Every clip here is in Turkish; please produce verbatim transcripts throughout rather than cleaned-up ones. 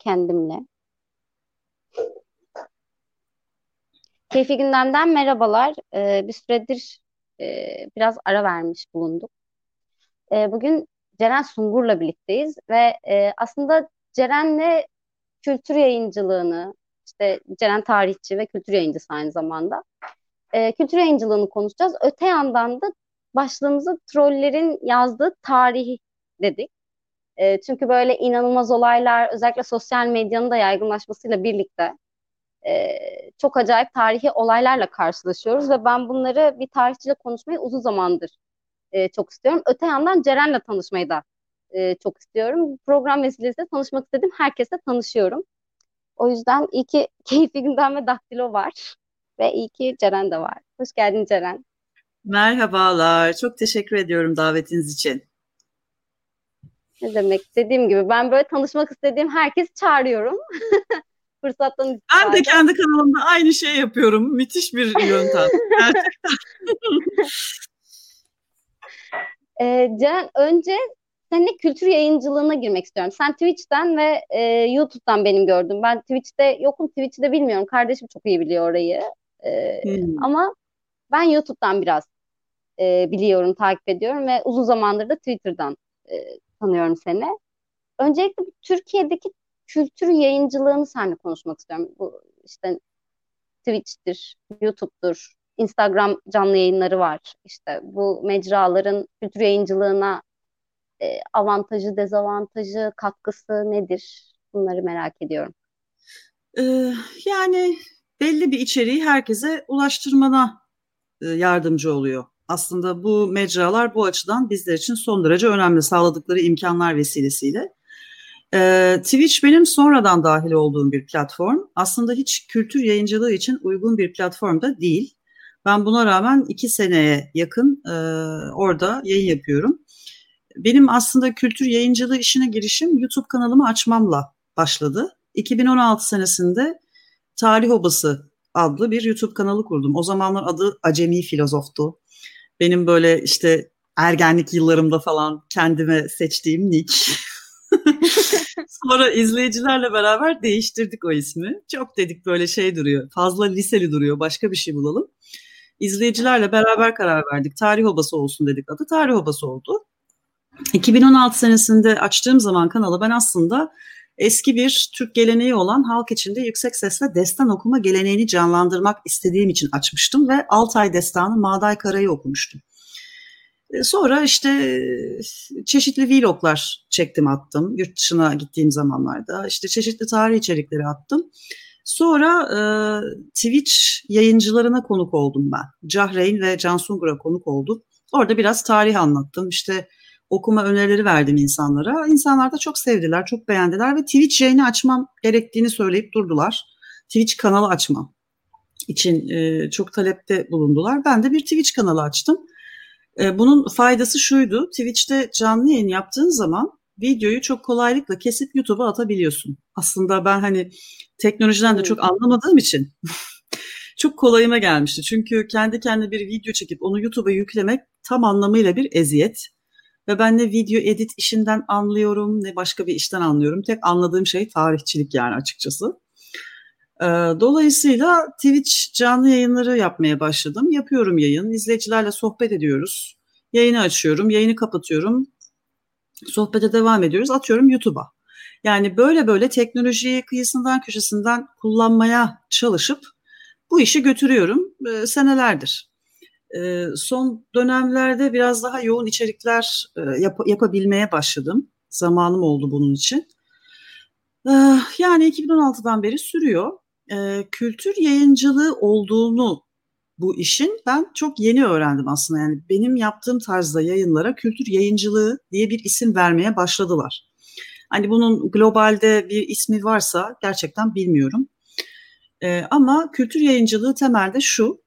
kendimle. Keyfi Gündem'den merhabalar. Ee, bir süredir e, biraz ara vermiş bulunduk. Ee, bugün Ceren Sungur'la birlikteyiz ve e, aslında Ceren'le kültür yayıncılığını, işte Ceren tarihçi ve kültür yayıncısı aynı zamanda. Ee, kültür yayıncılığını konuşacağız. Öte yandan da başlığımızı trollerin yazdığı tarih dedik. Ee, çünkü böyle inanılmaz olaylar, özellikle sosyal medyanın da yaygınlaşmasıyla birlikte e, çok acayip tarihi olaylarla karşılaşıyoruz ve ben bunları bir tarihçiyle konuşmayı uzun zamandır e, çok istiyorum. Öte yandan Ceren'le tanışmayı da e, çok istiyorum. Program vesilesiyle tanışmak istedim. Herkesle tanışıyorum. O yüzden iyi ki Keyfi Gündem ve Daktilo var ve iyi ki Ceren de var. Hoş geldin Ceren. Merhabalar, çok teşekkür ediyorum davetiniz için. Ne demek? Dediğim gibi ben böyle tanışmak istediğim herkesi çağırıyorum. Fırsattan Ben de istifade. kendi kanalımda aynı şey yapıyorum. Müthiş bir yöntem. Gerçekten. Ee, Ceren, önce seninle kültür yayıncılığına girmek istiyorum. Sen Twitch'ten ve e, YouTube'dan benim gördüm. Ben Twitch'te yokum, Twitch'te de bilmiyorum. Kardeşim çok iyi biliyor orayı. Ee, Hmm. ama ben YouTube'dan biraz e, biliyorum, takip ediyorum ve uzun zamandır da Twitter'dan e, tanıyorum seni. Öncelikle bu Türkiye'deki kültür yayıncılığını seninle konuşmak istiyorum. Bu işte Twitch'tir, YouTube'dur, Instagram canlı yayınları var. İşte bu mecraların kültür yayıncılığına e, avantajı, dezavantajı, katkısı nedir? Bunları merak ediyorum. Ee, Yani belli bir içeriği herkese ulaştırmana e, yardımcı oluyor. Aslında bu mecralar bu açıdan bizler için son derece önemli sağladıkları imkanlar vesilesiyle. Ee, Twitch benim sonradan dahil olduğum bir platform. Aslında hiç kültür yayıncılığı için uygun bir platform da değil. Ben buna rağmen iki seneye yakın e, orada yayın yapıyorum. Benim aslında kültür yayıncılığı işine girişim YouTube kanalımı açmamla başladı. iki bin on altı senesinde Tarih Obası adlı bir YouTube kanalı kurdum. O zamanlar adı Acemi Filozof'tu. Benim böyle işte ergenlik yıllarımda falan kendime seçtiğim nick. Sonra izleyicilerle beraber değiştirdik o ismi. Çok dedik böyle şey duruyor, fazla liseli duruyor, başka bir şey bulalım. İzleyicilerle beraber karar verdik. Tarih Obası olsun dedik adı. Tarih Obası oldu. iki bin on altı senesinde açtığım zaman kanalı ben aslında eski bir Türk geleneği olan halk içinde yüksek sesle destan okuma geleneğini canlandırmak istediğim için açmıştım ve Altay Destanı Mağday Kara'yı okumuştum. E, Sonra işte e, çeşitli vloglar çektim attım yurt dışına gittiğim zamanlarda. İşte çeşitli tarih içerikleri attım. Sonra e, Twitch yayıncılarına konuk oldum ben. Cahreyn ve Can Sungur'a konuk oldum. Orada biraz tarih anlattım. İşte okuma önerileri verdim insanlara. İnsanlar da çok sevdiler, çok beğendiler ve Twitch yayını açmam gerektiğini söyleyip durdular. Twitch kanalı açmam için e, çok talepte bulundular. Ben de bir Twitch kanalı açtım. E, bunun faydası şuydu. Twitch'te canlı yayın yaptığın zaman videoyu çok kolaylıkla kesip YouTube'a atabiliyorsun. Aslında ben hani teknolojiden de Hmm. çok anlamadığım için çok kolayıma gelmişti. Çünkü kendi kendine bir video çekip onu YouTube'a yüklemek tam anlamıyla bir eziyet. Ve ben ne video edit işinden anlıyorum ne başka bir işten anlıyorum. Tek anladığım şey tarihçilik yani açıkçası. Ee, Dolayısıyla Twitch canlı yayınları yapmaya başladım. Yapıyorum yayın. İzleyicilerle sohbet ediyoruz. Yayını açıyorum, yayını kapatıyorum. Sohbete devam ediyoruz. Atıyorum YouTube'a. Yani böyle böyle teknolojiyi kıyısından köşesinden kullanmaya çalışıp bu işi götürüyorum e, senelerdir. E, son dönemlerde biraz daha yoğun içerikler e, yap- yapabilmeye başladım. Zamanım oldu bunun için. Eee, Yani iki bin on altıdan beri sürüyor. Eee, kültür yayıncılığı olduğunu bu işin ben çok yeni öğrendim aslında. Yani benim yaptığım tarzda yayınlara kültür yayıncılığı diye bir isim vermeye başladılar. Hani bunun globalde bir ismi varsa gerçekten bilmiyorum. Eee, ama kültür yayıncılığı temelde şu,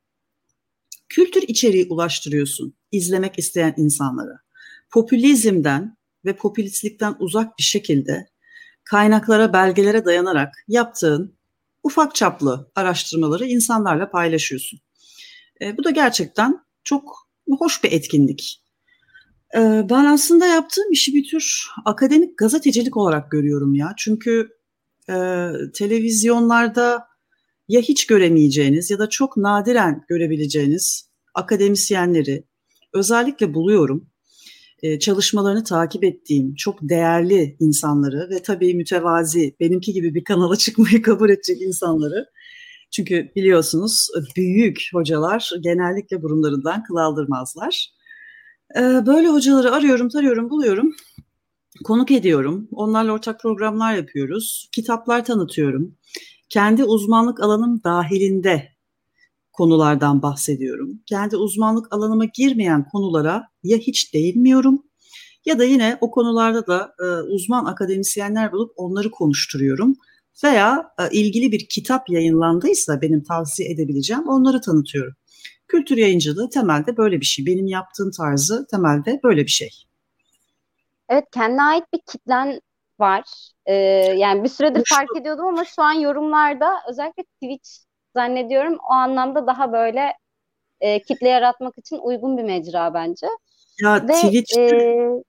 kültür içeriği ulaştırıyorsun izlemek isteyen insanlara. Popülizmden ve popülistlikten uzak bir şekilde kaynaklara, belgelere dayanarak yaptığın ufak çaplı araştırmaları insanlarla paylaşıyorsun. E, bu da gerçekten çok hoş bir etkinlik. E, Ben aslında yaptığım işi bir tür akademik gazetecilik olarak görüyorum ya. Çünkü e, televizyonlarda ya hiç göremeyeceğiniz ya da çok nadiren görebileceğiniz akademisyenleri özellikle buluyorum. E, çalışmalarını takip ettiğim çok değerli insanları ve tabii mütevazi, benimki gibi bir kanala çıkmayı kabul edecek insanları. Çünkü biliyorsunuz büyük hocalar genellikle burunlarından kıl aldırmazlar. E, böyle hocaları arıyorum, tarıyorum, buluyorum. Konuk ediyorum. Onlarla ortak programlar yapıyoruz. Kitaplar tanıtıyorum. Kendi uzmanlık alanım dahilinde konulardan bahsediyorum. Kendi uzmanlık alanıma girmeyen konulara ya hiç değinmiyorum ya da yine o konularda da e, uzman akademisyenler bulup onları konuşturuyorum. Veya e, ilgili bir kitap yayınlandıysa benim tavsiye edebileceğim onları tanıtıyorum. Kültür yayıncılığı temelde böyle bir şey. Benim yaptığım tarzı temelde böyle bir şey. Evet, kendine ait bir kitlen var. Ee, yani bir süredir fark Oluştu. ediyordum ama şu an yorumlarda özellikle Twitch zannediyorum o anlamda daha böyle e, kitle yaratmak için uygun bir mecra bence. Ya Ve Twitch'te e,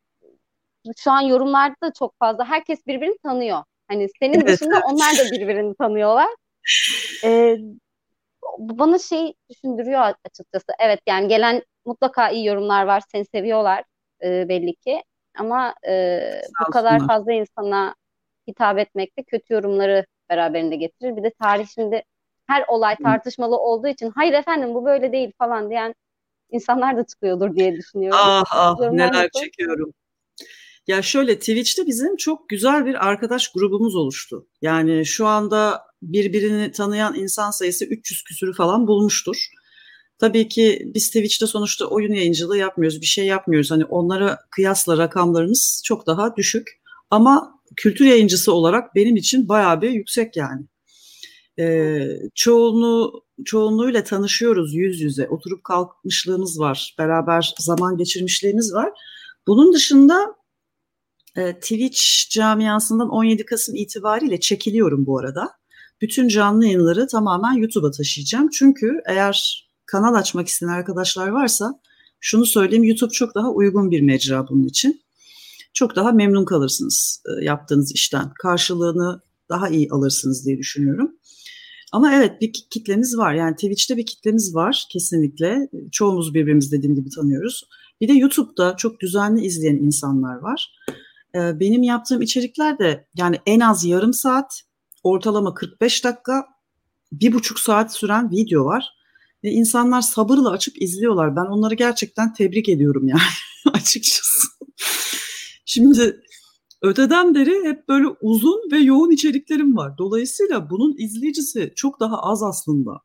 şu an yorumlarda da çok fazla herkes birbirini tanıyor. Hani senin evet, dışında onlar da birbirini tanıyorlar. E, Bu bana şey düşündürüyor açıkçası. Evet, yani gelen mutlaka iyi yorumlar var. Seni seviyorlar e, belli ki. Ama e, bu sağ kadar olsunlar. fazla insana hitap etmek de kötü yorumları beraberinde getirir. Bir de tarih şimdi her olay tartışmalı olduğu için hayır efendim bu böyle değil falan diyen insanlar da çıkıyordur diye düşünüyorum. Ah ah Yorumlar neler nasıl? çekiyorum. Ya şöyle Twitch'te bizim çok güzel bir arkadaş grubumuz oluştu. Yani şu anda birbirini tanıyan insan sayısı üç yüz küsürü falan bulmuştur. Tabii ki biz Twitch'te sonuçta oyun yayıncılığı yapmıyoruz, bir şey yapmıyoruz. Hani onlara kıyasla rakamlarımız çok daha düşük. Ama kültür yayıncısı olarak benim için bayağı bir yüksek yani. Ee, çoğunluğu, çoğunluğuyla tanışıyoruz yüz yüze. Oturup kalkmışlığımız var, beraber zaman geçirmişliğimiz var. Bunun dışında e, Twitch camiasından on yedi Kasım itibariyle çekiliyorum bu arada. Bütün canlı yayınları tamamen YouTube'a taşıyacağım. Çünkü eğer kanal açmak isteyen arkadaşlar varsa şunu söyleyeyim, YouTube çok daha uygun bir mecra bunun için. Çok daha memnun kalırsınız e, yaptığınız işten. Karşılığını daha iyi alırsınız diye düşünüyorum. Ama evet bir kitlemiz var. Yani Twitch'te bir kitlemiz var kesinlikle. Çoğumuz birbirimizi dediğim gibi tanıyoruz. Bir de YouTube'da çok düzenli izleyen insanlar var. Ee, benim yaptığım içerikler de yani en az yarım saat, ortalama kırk beş dakika, bir buçuk saat süren video var. Ve insanlar sabırla açıp izliyorlar. Ben onları gerçekten tebrik ediyorum yani açıkçası. Şimdi öteden beri hep böyle uzun ve yoğun içeriklerim var. Dolayısıyla bunun izleyicisi çok daha az aslında.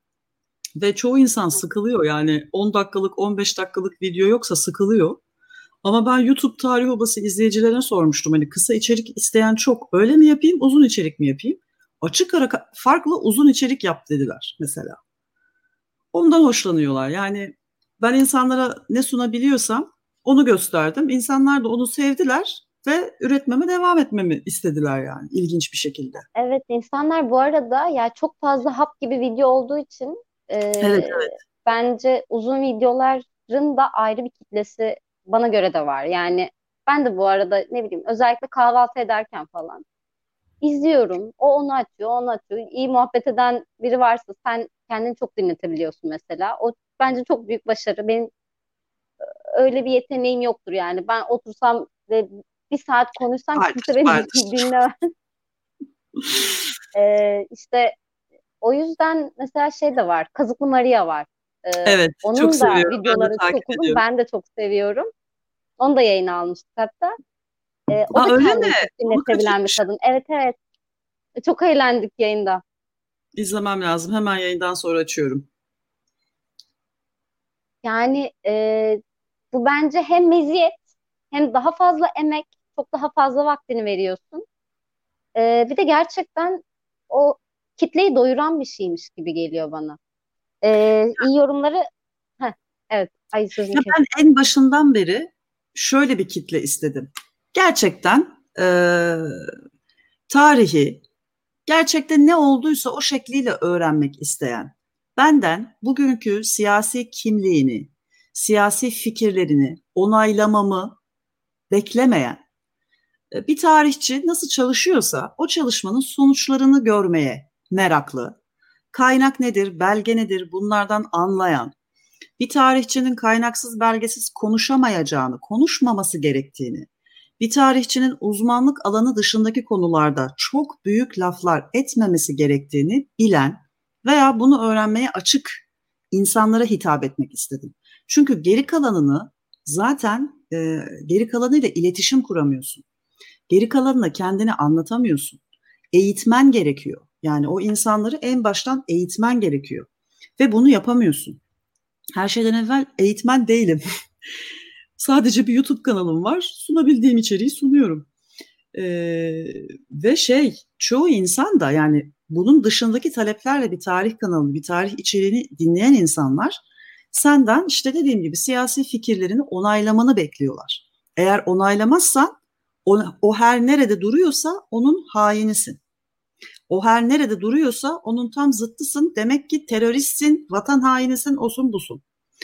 Ve çoğu insan sıkılıyor yani on dakikalık on beş dakikalık video yoksa sıkılıyor. Ama ben YouTube Tarih Obası izleyicilerine sormuştum. Hani kısa içerik isteyen çok. Öyle mi yapayım, uzun içerik mi yapayım? Açık ara farklı uzun içerik yap dediler mesela. Ondan hoşlanıyorlar. Yani ben insanlara ne sunabiliyorsam onu gösterdim. İnsanlar da onu sevdiler ve üretmeme devam etmemi istediler yani ilginç bir şekilde. Evet, insanlar bu arada ya çok fazla hap gibi video olduğu için Evet, e, evet. bence uzun videoların da ayrı bir kitlesi bana göre de var. Yani ben de bu arada ne bileyim özellikle kahvaltı ederken falan izliyorum. O onu açıyor, o onu açıyor. İyi muhabbet eden biri varsa sen kendini çok dinletebiliyorsun mesela. O bence çok büyük başarı. Benim öyle bir yeteneğim yoktur yani. Ben otursam ve bir saat konuşsam kimse Vardır, beni vardır. dinlemez. Ee, işte o yüzden mesela şey de var. Kazıklı Maria var. Ee, Evet, çok onun da seviyorum. Ben de videoları çok takip uzun. ediyorum. Ben de çok seviyorum. Onu da yayına almıştık hatta. Ee, o Aa, da öyle mi? kendini çok Onu dinletebilen bir kaçırmışım. kadın. Evet, evet. Çok eğlendik yayında. İzlemem lazım. Hemen yayından sonra açıyorum. Yani e, bu bence hem meziyet hem daha fazla emek, çok daha fazla vaktini veriyorsun. Ee, bir de gerçekten o kitleyi doyuran bir şeymiş gibi geliyor bana. Ee, iyi yorumları... Heh, evet. Ay, sözünü Ya kes. ben en başından beri şöyle bir kitle istedim. Gerçekten eee, tarihi, gerçekten ne olduysa o şekliyle öğrenmek isteyen, benden bugünkü siyasi kimliğini, siyasi fikirlerini onaylamamı beklemeyen, E, Bir tarihçi nasıl çalışıyorsa o çalışmanın sonuçlarını görmeye meraklı. Kaynak nedir, belge nedir bunlardan anlayan, bir tarihçinin kaynaksız belgesiz konuşamayacağını, konuşmaması gerektiğini, bir tarihçinin uzmanlık alanı dışındaki konularda çok büyük laflar etmemesi gerektiğini bilen veya bunu öğrenmeye açık insanlara hitap etmek istedim. Çünkü geri kalanını zaten e, geri kalanıyla iletişim kuramıyorsun. Geri kalanına kendini anlatamıyorsun. Eğitmen gerekiyor. Yani o insanları en baştan eğitmen gerekiyor. Ve bunu yapamıyorsun. Her şeyden evvel eğitmen değilim. Sadece bir YouTube kanalım var. Sunabildiğim içeriği sunuyorum. Ee, ve şey, çoğu insan da yani bunun dışındaki taleplerle bir tarih kanalı, bir tarih içeriğini dinleyen insanlar senden işte dediğim gibi siyasi fikirlerini onaylamanı bekliyorlar. Eğer onaylamazsan o, o her nerede duruyorsa onun hainisin. O her nerede duruyorsa onun tam zıttısın. Demek ki teröristsin, vatan hainisin, osun busun.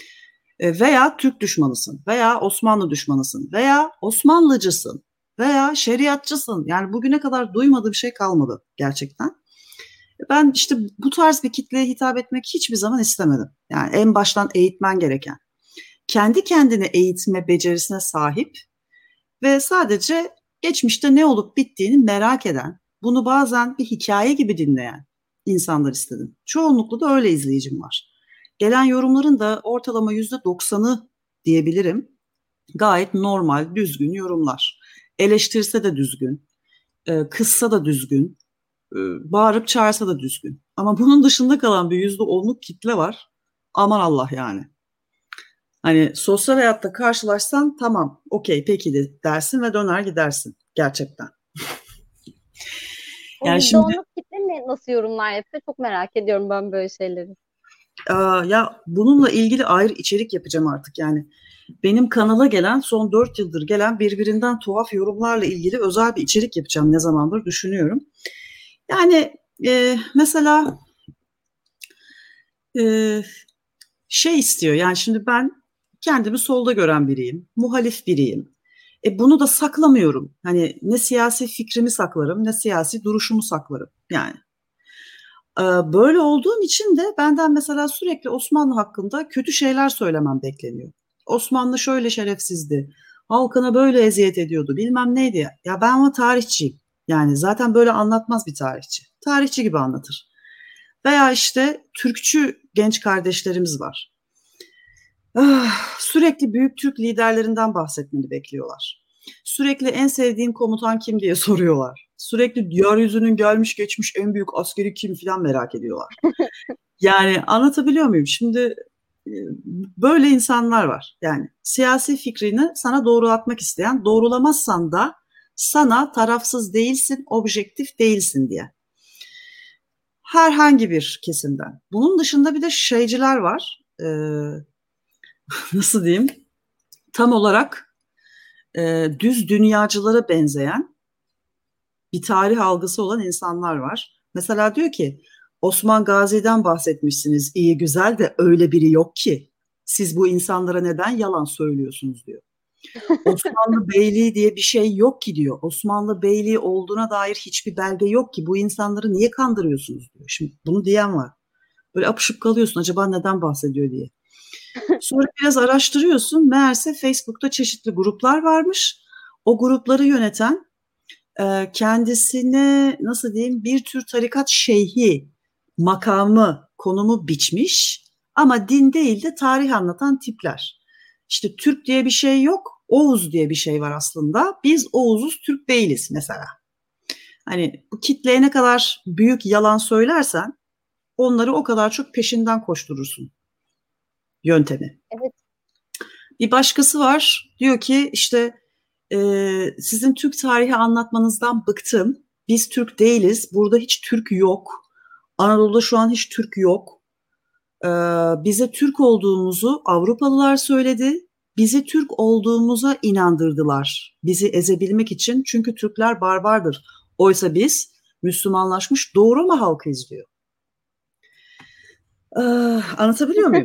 E, veya Türk düşmanısın veya Osmanlı düşmanısın veya Osmanlıcısın veya şeriatçısın. Yani bugüne kadar duymadığım şey kalmadı gerçekten. Ben işte bu tarz bir kitleye hitap etmek hiçbir zaman istemedim. Yani en baştan eğitmen gereken, kendi kendine eğitme becerisine sahip ve sadece geçmişte ne olup bittiğini merak eden, bunu bazen bir hikaye gibi dinleyen insanlar istedim. Çoğunlukla da öyle izleyicim var. Gelen yorumların da ortalama yüzde doksanı diyebilirim. Gayet normal, düzgün yorumlar. Eleştirse de düzgün, e, kızsa da düzgün, e, bağırıp çağırsa da düzgün. Ama bunun dışında kalan bir yüzde onluk kitle var. Aman Allah yani. Hani sosyal hayatta karşılaşsan tamam, okey, peki de dersin ve döner gidersin gerçekten. O Yani yüzde şimdi onluk kitle mi nasıl yorumlar yapıyor? Çok merak ediyorum ben böyle şeyleri. e, ya bununla ilgili ayrı içerik yapacağım artık yani. Benim kanala gelen son dört yıldır gelen birbirinden tuhaf yorumlarla ilgili özel bir içerik yapacağım ne zamandır düşünüyorum. Yani e, mesela e, şey istiyor yani şimdi ben kendimi solda gören biriyim, muhalif biriyim. E bunu da saklamıyorum. Hani ne siyasi fikrimi saklarım ne siyasi duruşumu saklarım yani. E, böyle olduğum için de benden mesela sürekli Osmanlı hakkında kötü şeyler söylemem bekleniyor. Osmanlı şöyle şerefsizdi, halkına böyle eziyet ediyordu, bilmem neydi. Ya ben ama tarihçiyim. Yani zaten böyle anlatmaz bir tarihçi. Tarihçi gibi anlatır. Veya işte Türkçü genç kardeşlerimiz var. Ah, sürekli büyük Türk liderlerinden bahsetmeni bekliyorlar. Sürekli en sevdiğin komutan kim diye soruyorlar. Sürekli yeryüzünün gelmiş geçmiş en büyük askeri kim falan merak ediyorlar. Yani anlatabiliyor muyum? Şimdi e, böyle insanlar var. Yani siyasi fikrini sana doğrulatmak isteyen, doğrulamazsan da sana tarafsız değilsin, objektif değilsin diye. Herhangi bir kesimden. Bunun dışında bir de şeyciler var. Ee, nasıl diyeyim? Tam olarak e, düz dünyacılara benzeyen bir tarih algısı olan insanlar var. Mesela diyor ki Osman Gazi'den bahsetmişsiniz iyi güzel de öyle biri yok ki. Siz bu insanlara neden yalan söylüyorsunuz diyor. Osmanlı Beyliği diye bir şey yok ki diyor. Osmanlı Beyliği olduğuna dair hiçbir belge yok ki. Bu insanları niye kandırıyorsunuz diyor. Şimdi bunu diyen var. Böyle apışıp kalıyorsun acaba neden bahsediyor diye. Sonra biraz araştırıyorsun. Meğerse Facebook'ta çeşitli gruplar varmış. O grupları yöneten e, kendisine nasıl diyeyim bir tür tarikat şeyhi makamı, konumu biçmiş ama din değil de tarih anlatan tipler. İşte Türk diye bir şey yok, Oğuz diye bir şey var aslında. Biz Oğuz'uz, Türk değiliz mesela. Hani bu kitleye ne kadar büyük yalan söylersen onları o kadar çok peşinden koşturursun yöntemi. Evet. Bir başkası var diyor ki işte e, sizin Türk tarihi anlatmanızdan bıktım. Biz Türk değiliz. Burada hiç Türk yok. Anadolu'da şu an hiç Türk yok. Ee, bize Türk olduğumuzu Avrupalılar söyledi. Bizi Türk olduğumuza inandırdılar. Bizi ezebilmek için. Çünkü Türkler barbardır. Oysa biz Müslümanlaşmış Doğu Roma halkıyız diyor. Ee, anlatabiliyor muyum?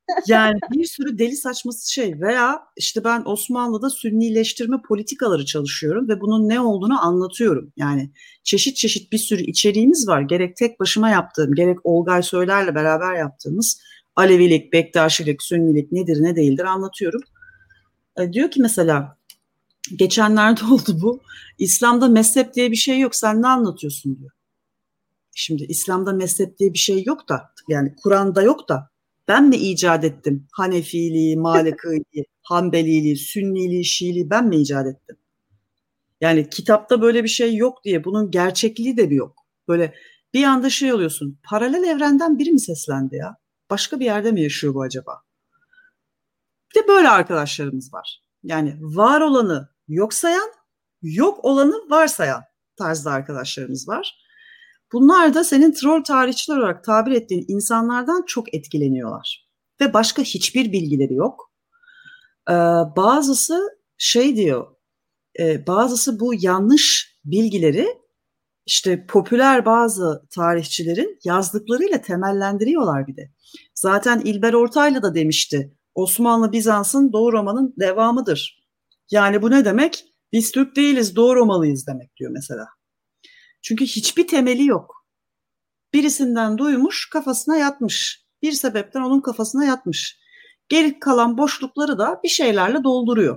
Yani bir sürü deli saçması şey veya işte ben Osmanlı'da Sünnileştirme politikaları çalışıyorum ve bunun ne olduğunu anlatıyorum. Yani çeşit çeşit bir sürü içeriğimiz var. Gerek tek başıma yaptığım, gerek Olgay Söyler'le beraber yaptığımız Alevilik, Bektaşilik, Sünnilik nedir ne değildir anlatıyorum. E, diyor ki mesela geçenlerde oldu bu. İslam'da mezhep diye bir şey yok. Sen ne anlatıyorsun diyor. Şimdi İslam'da mezhep diye bir şey yok da yani Kur'an'da yok da ben mi icat ettim? Hanefiliği, Malikiliği, Hanbeliliği, Sünniliği, Şiiliği ben mi icat ettim? Yani kitapta böyle bir şey yok diye bunun gerçekliği de bir yok. Böyle bir anda şey oluyorsun. Paralel evrenden biri mi seslendi ya? Başka bir yerde mi yaşıyor bu acaba? Bir de böyle arkadaşlarımız var. Yani var olanı yok sayan, yok olanı varsayan tarzda arkadaşlarımız var. Bunlar da senin troll tarihçiler olarak tabir ettiğin insanlardan çok etkileniyorlar. Ve başka hiçbir bilgileri yok. Ee, bazısı şey diyor, e, bazısı bu yanlış bilgileri işte popüler bazı tarihçilerin yazdıklarıyla temellendiriyorlar bir de. Zaten İlber Ortaylı da demişti, Osmanlı Bizans'ın Doğu Roma'nın devamıdır. Yani bu ne demek? Biz Türk değiliz, Doğu Romalıyız demek diyor mesela. Çünkü hiçbir temeli yok. Birisinden duymuş, kafasına yatmış. Bir sebepten onun kafasına yatmış. Geri kalan boşlukları da bir şeylerle dolduruyor.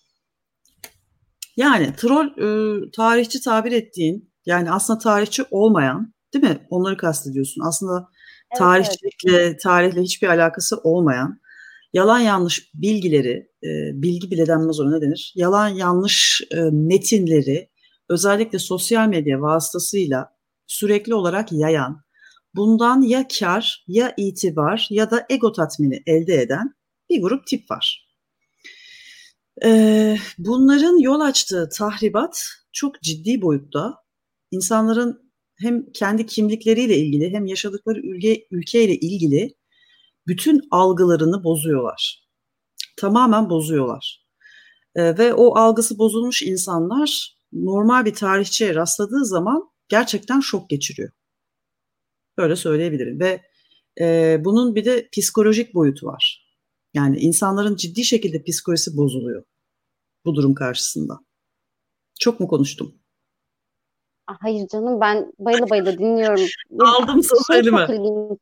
Yani troll e, tarihçi tabir ettiğin, yani aslında tarihçi olmayan, değil mi? Onları kastediyorsun. Aslında Evet, evet. tarihçilikle, tarihle hiçbir alakası olmayan, yalan yanlış bilgileri, e, bilgi bile denmez ona ne denir? Yalan yanlış e, metinleri özellikle sosyal medya vasıtasıyla sürekli olarak yayan, bundan ya kar, ya itibar ya da ego tatmini elde eden bir grup tip var. Ee, bunların yol açtığı tahribat çok ciddi boyutta. İnsanların hem kendi kimlikleriyle ilgili hem yaşadıkları ülke, ülkeyle ilgili bütün algılarını bozuyorlar. Tamamen bozuyorlar. Ee, ve o algısı bozulmuş insanlar normal bir tarihçiye rastladığı zaman gerçekten şok geçiriyor. Böyle söyleyebilirim. Ve e, bunun bir de psikolojik boyutu var. Yani insanların ciddi şekilde psikolojisi bozuluyor bu durum karşısında. Çok mu konuştum? Ah, hayır canım, ben bayıla bayıla dinliyorum. Ve Aldım sana şey çok elime. ilginç.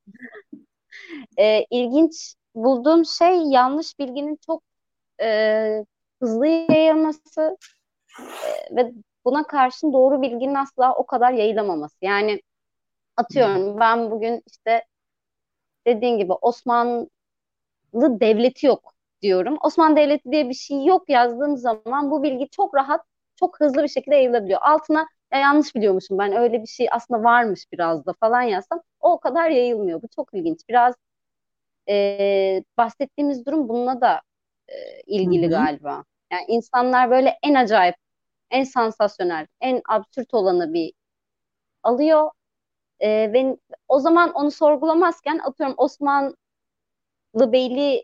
Ee, ilginç bulduğum şey yanlış bilginin çok e, hızlı yayılması e, ve buna karşın doğru bilginin asla o kadar yayılamaması. Yani atıyorum, ben bugün işte dediğin gibi Osmanlı Devleti yok diyorum. Osmanlı Devleti diye bir şey yok yazdığım zaman bu bilgi çok rahat, çok hızlı bir şekilde yayılabiliyor. Altına ya yanlış biliyormuşum, ben öyle bir şey aslında varmış biraz da falan yazsam o o kadar yayılmıyor. Bu çok ilginç. Biraz e, bahsettiğimiz durum bununla da e, Hı ilgili hı. galiba. Yani insanlar böyle en acayip, en sansasyonel, en absürt olanı bir alıyor. E, ve o zaman onu sorgulamazken, atıyorum Osmanlı Beyliği'nin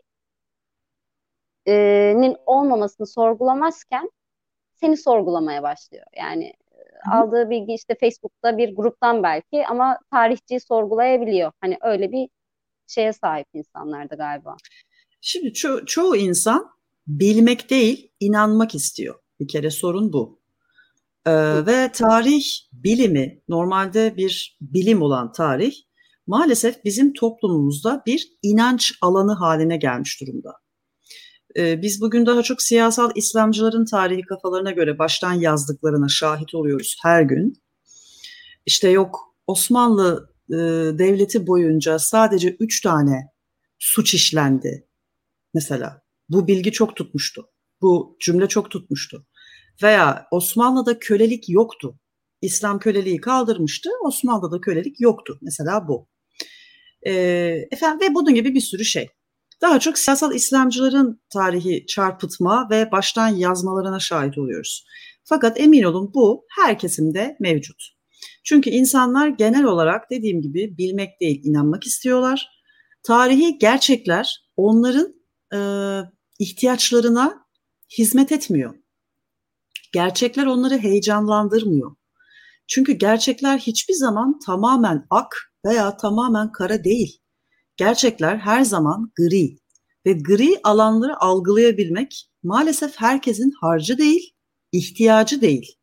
olmamasını sorgulamazken seni sorgulamaya başlıyor. Yani e, Hı hı. aldığı bilgi işte Facebook'ta bir gruptan belki, ama tarihçiyi sorgulayabiliyor. Hani öyle bir şeye sahip insanlarda galiba. Şimdi ço- çoğu insan bilmek değil, inanmak istiyor. Bir kere sorun bu. Ee, Hı. ve tarih bilimi, normalde bir bilim olan tarih, maalesef bizim toplumumuzda bir inanç alanı haline gelmiş durumda. Ee, biz bugün daha çok siyasal İslamcıların tarihi kafalarına göre baştan yazdıklarına şahit oluyoruz her gün. İşte yok Osmanlı e, Devleti boyunca sadece üç tane suç işlendi mesela. Bu bilgi çok tutmuştu. Bu cümle çok tutmuştu. Veya Osmanlı'da kölelik yoktu. İslam köleliği kaldırmıştı. Osmanlı'da kölelik yoktu. Mesela bu. E, efendim ve bunun gibi bir sürü şey. Daha çok siyasal İslamcıların tarihi çarpıtma ve baştan yazmalarına şahit oluyoruz. Fakat emin olun bu her kesimde mevcut. Çünkü insanlar genel olarak dediğim gibi bilmek değil, inanmak istiyorlar. Tarihi gerçekler onların e, ihtiyaçlarına hizmet etmiyor. Gerçekler onları heyecanlandırmıyor. Çünkü gerçekler hiçbir zaman tamamen ak veya tamamen kara değil. Gerçekler her zaman gri ve gri alanları algılayabilmek maalesef herkesin harcı değil, ihtiyacı değil.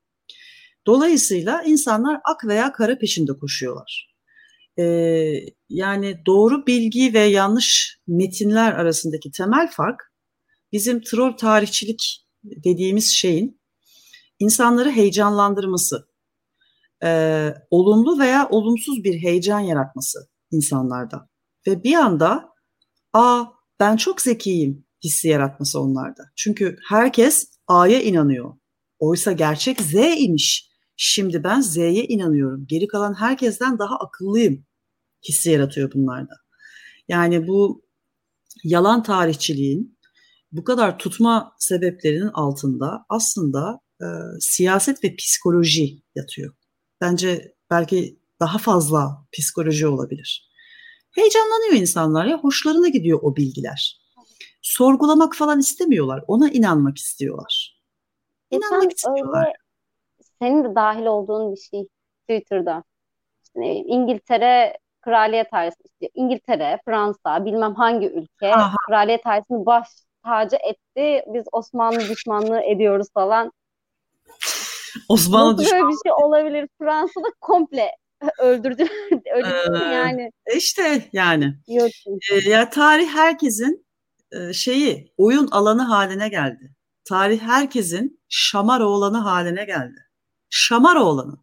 Dolayısıyla insanlar ak veya kara peşinde koşuyorlar. Ee, yani doğru bilgi ve yanlış metinler arasındaki temel fark bizim troll tarihçilik dediğimiz şeyin insanları heyecanlandırması, e, olumlu veya olumsuz bir heyecan yaratması insanlarda. Ve bir anda aa ben çok zekiyim hissi yaratması onlarda. Çünkü herkes A'ya inanıyor. Oysa gerçek Z imiş. Şimdi ben Z'ye inanıyorum. Geri kalan herkesten daha akıllıyım hissi yaratıyor bunlarda. Yani bu yalan tarihçiliğin bu kadar tutma sebeplerinin altında aslında e, siyaset ve psikoloji yatıyor. Bence belki daha fazla psikoloji olabilir. Heyecanlanıyor insanlar ya, hoşlarına gidiyor o bilgiler. Sorgulamak falan istemiyorlar, ona inanmak istiyorlar. İnanmak Geçen istiyorlar. öyle senin de dahil olduğun bir şey Twitter'da. İşte ne bileyim, İngiltere kraliyet ailesi, işte İngiltere, Fransa, bilmem hangi ülke Ha, ha. kraliyet ailesini baş tacı etti. Biz Osmanlı düşmanlığı ediyoruz falan. Osmanlı Nasıl böyle düşmanlığı. bir şey olabilir? Fransa'da komple öldürdüler. Öyle değil mi yani? Ee, işte yani Diyorsun. e, ya tarih herkesin e, şeyi oyun alanı haline geldi. Tarih herkesin şamar oğlanı haline geldi. Şamar oğlanı.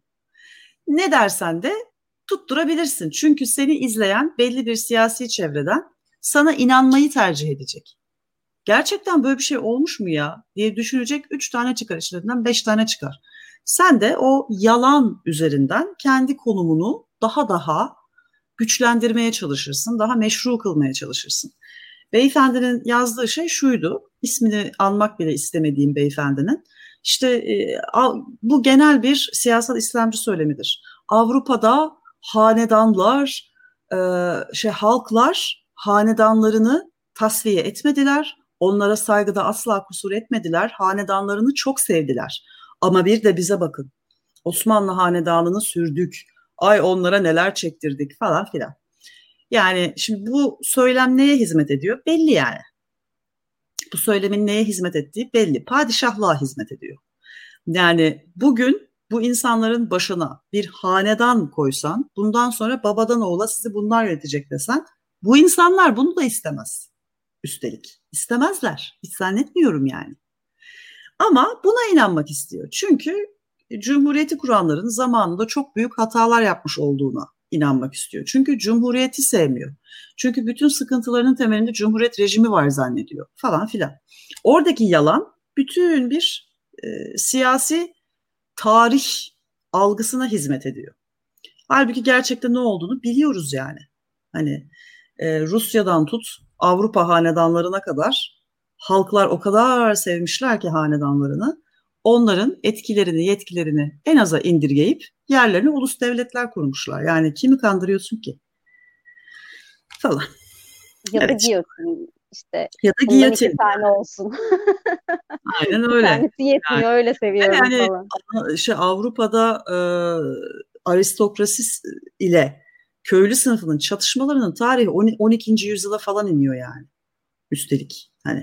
Ne dersen de tutturabilirsin. Çünkü seni izleyen belli bir siyasi çevreden sana inanmayı tercih edecek. Gerçekten böyle bir şey olmuş mu ya diye düşünecek üç tane çıkar, içlerinden beş tane çıkar. Sen de o yalan üzerinden kendi konumunu daha daha güçlendirmeye çalışırsın, daha meşru kılmaya çalışırsın. Beyefendinin yazdığı şey şuydu, ismini anmak bile istemediğim beyefendinin. İşte e, bu genel bir siyasal İslamcı söylemidir. Avrupa'da hanedanlar, e, şey halklar hanedanlarını tasfiye etmediler. Onlara saygıda asla kusur etmediler. Hanedanlarını çok sevdiler. Ama bir de bize bakın. Osmanlı hanedanını sürdük. Ay onlara neler çektirdik falan filan. Yani şimdi bu söylem neye hizmet ediyor? Belli yani. Bu söylemin neye hizmet ettiği belli. Padişahlığa hizmet ediyor. Yani bugün bu insanların başına bir hanedan koysan, bundan sonra babadan oğula sizi bunlar yönetecek desen, bu insanlar bunu da istemez. Üstelik istemezler. Hiç zannetmiyorum yani. Ama buna inanmak istiyor. Çünkü Cumhuriyeti kuranların zamanında çok büyük hatalar yapmış olduğuna inanmak istiyor. Çünkü Cumhuriyeti sevmiyor. Çünkü bütün sıkıntılarının temelinde Cumhuriyet rejimi var zannediyor falan filan. Oradaki yalan bütün bir e, siyasi tarih algısına hizmet ediyor. Halbuki gerçekte ne olduğunu biliyoruz yani. Hani e, Rusya'dan tut Avrupa hanedanlarına kadar halklar o kadar sevmişler ki hanedanlarını. Onların etkilerini, yetkilerini en aza indirgeyip yerlerine ulus devletler kurmuşlar. Yani kimi kandırıyorsun ki? Falan. Ya da Evet. giyotin işte Ya da bundan iki giyotin. tane olsun. Aynen Bir öyle. tanesi yetmiyor öyle seviyorum Yani falan. şey Avrupa'da e, aristokrasi ile köylü sınıfının çatışmalarının tarihi on ikinci yüzyıla falan iniyor yani. Üstelik hani.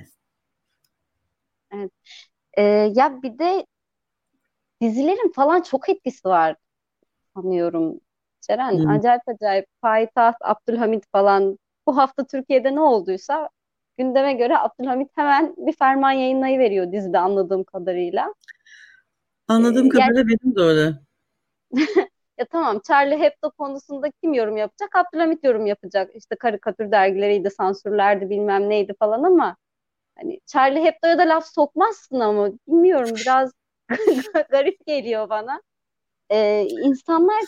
Evet. Ee, ya bir de dizilerin falan çok etkisi var sanıyorum. Ceren Hmm. acayip acayip Payitaht, Abdülhamit falan bu hafta Türkiye'de ne olduysa gündeme göre Abdülhamit hemen bir ferman yayınlayıveriyor dizide anladığım kadarıyla. Anladığım Ee, yani kadarıyla benim de öyle. ya tamam Charlie Hebdo konusunda kim yorum yapacak? Abdülhamit yorum yapacak. İşte karikatür dergileriydi, sansürlerdi bilmem neydi falan ama hani Charlie Hebdo'ya da laf sokmazsın ama bilmiyorum biraz garip geliyor bana. Ee, insanlar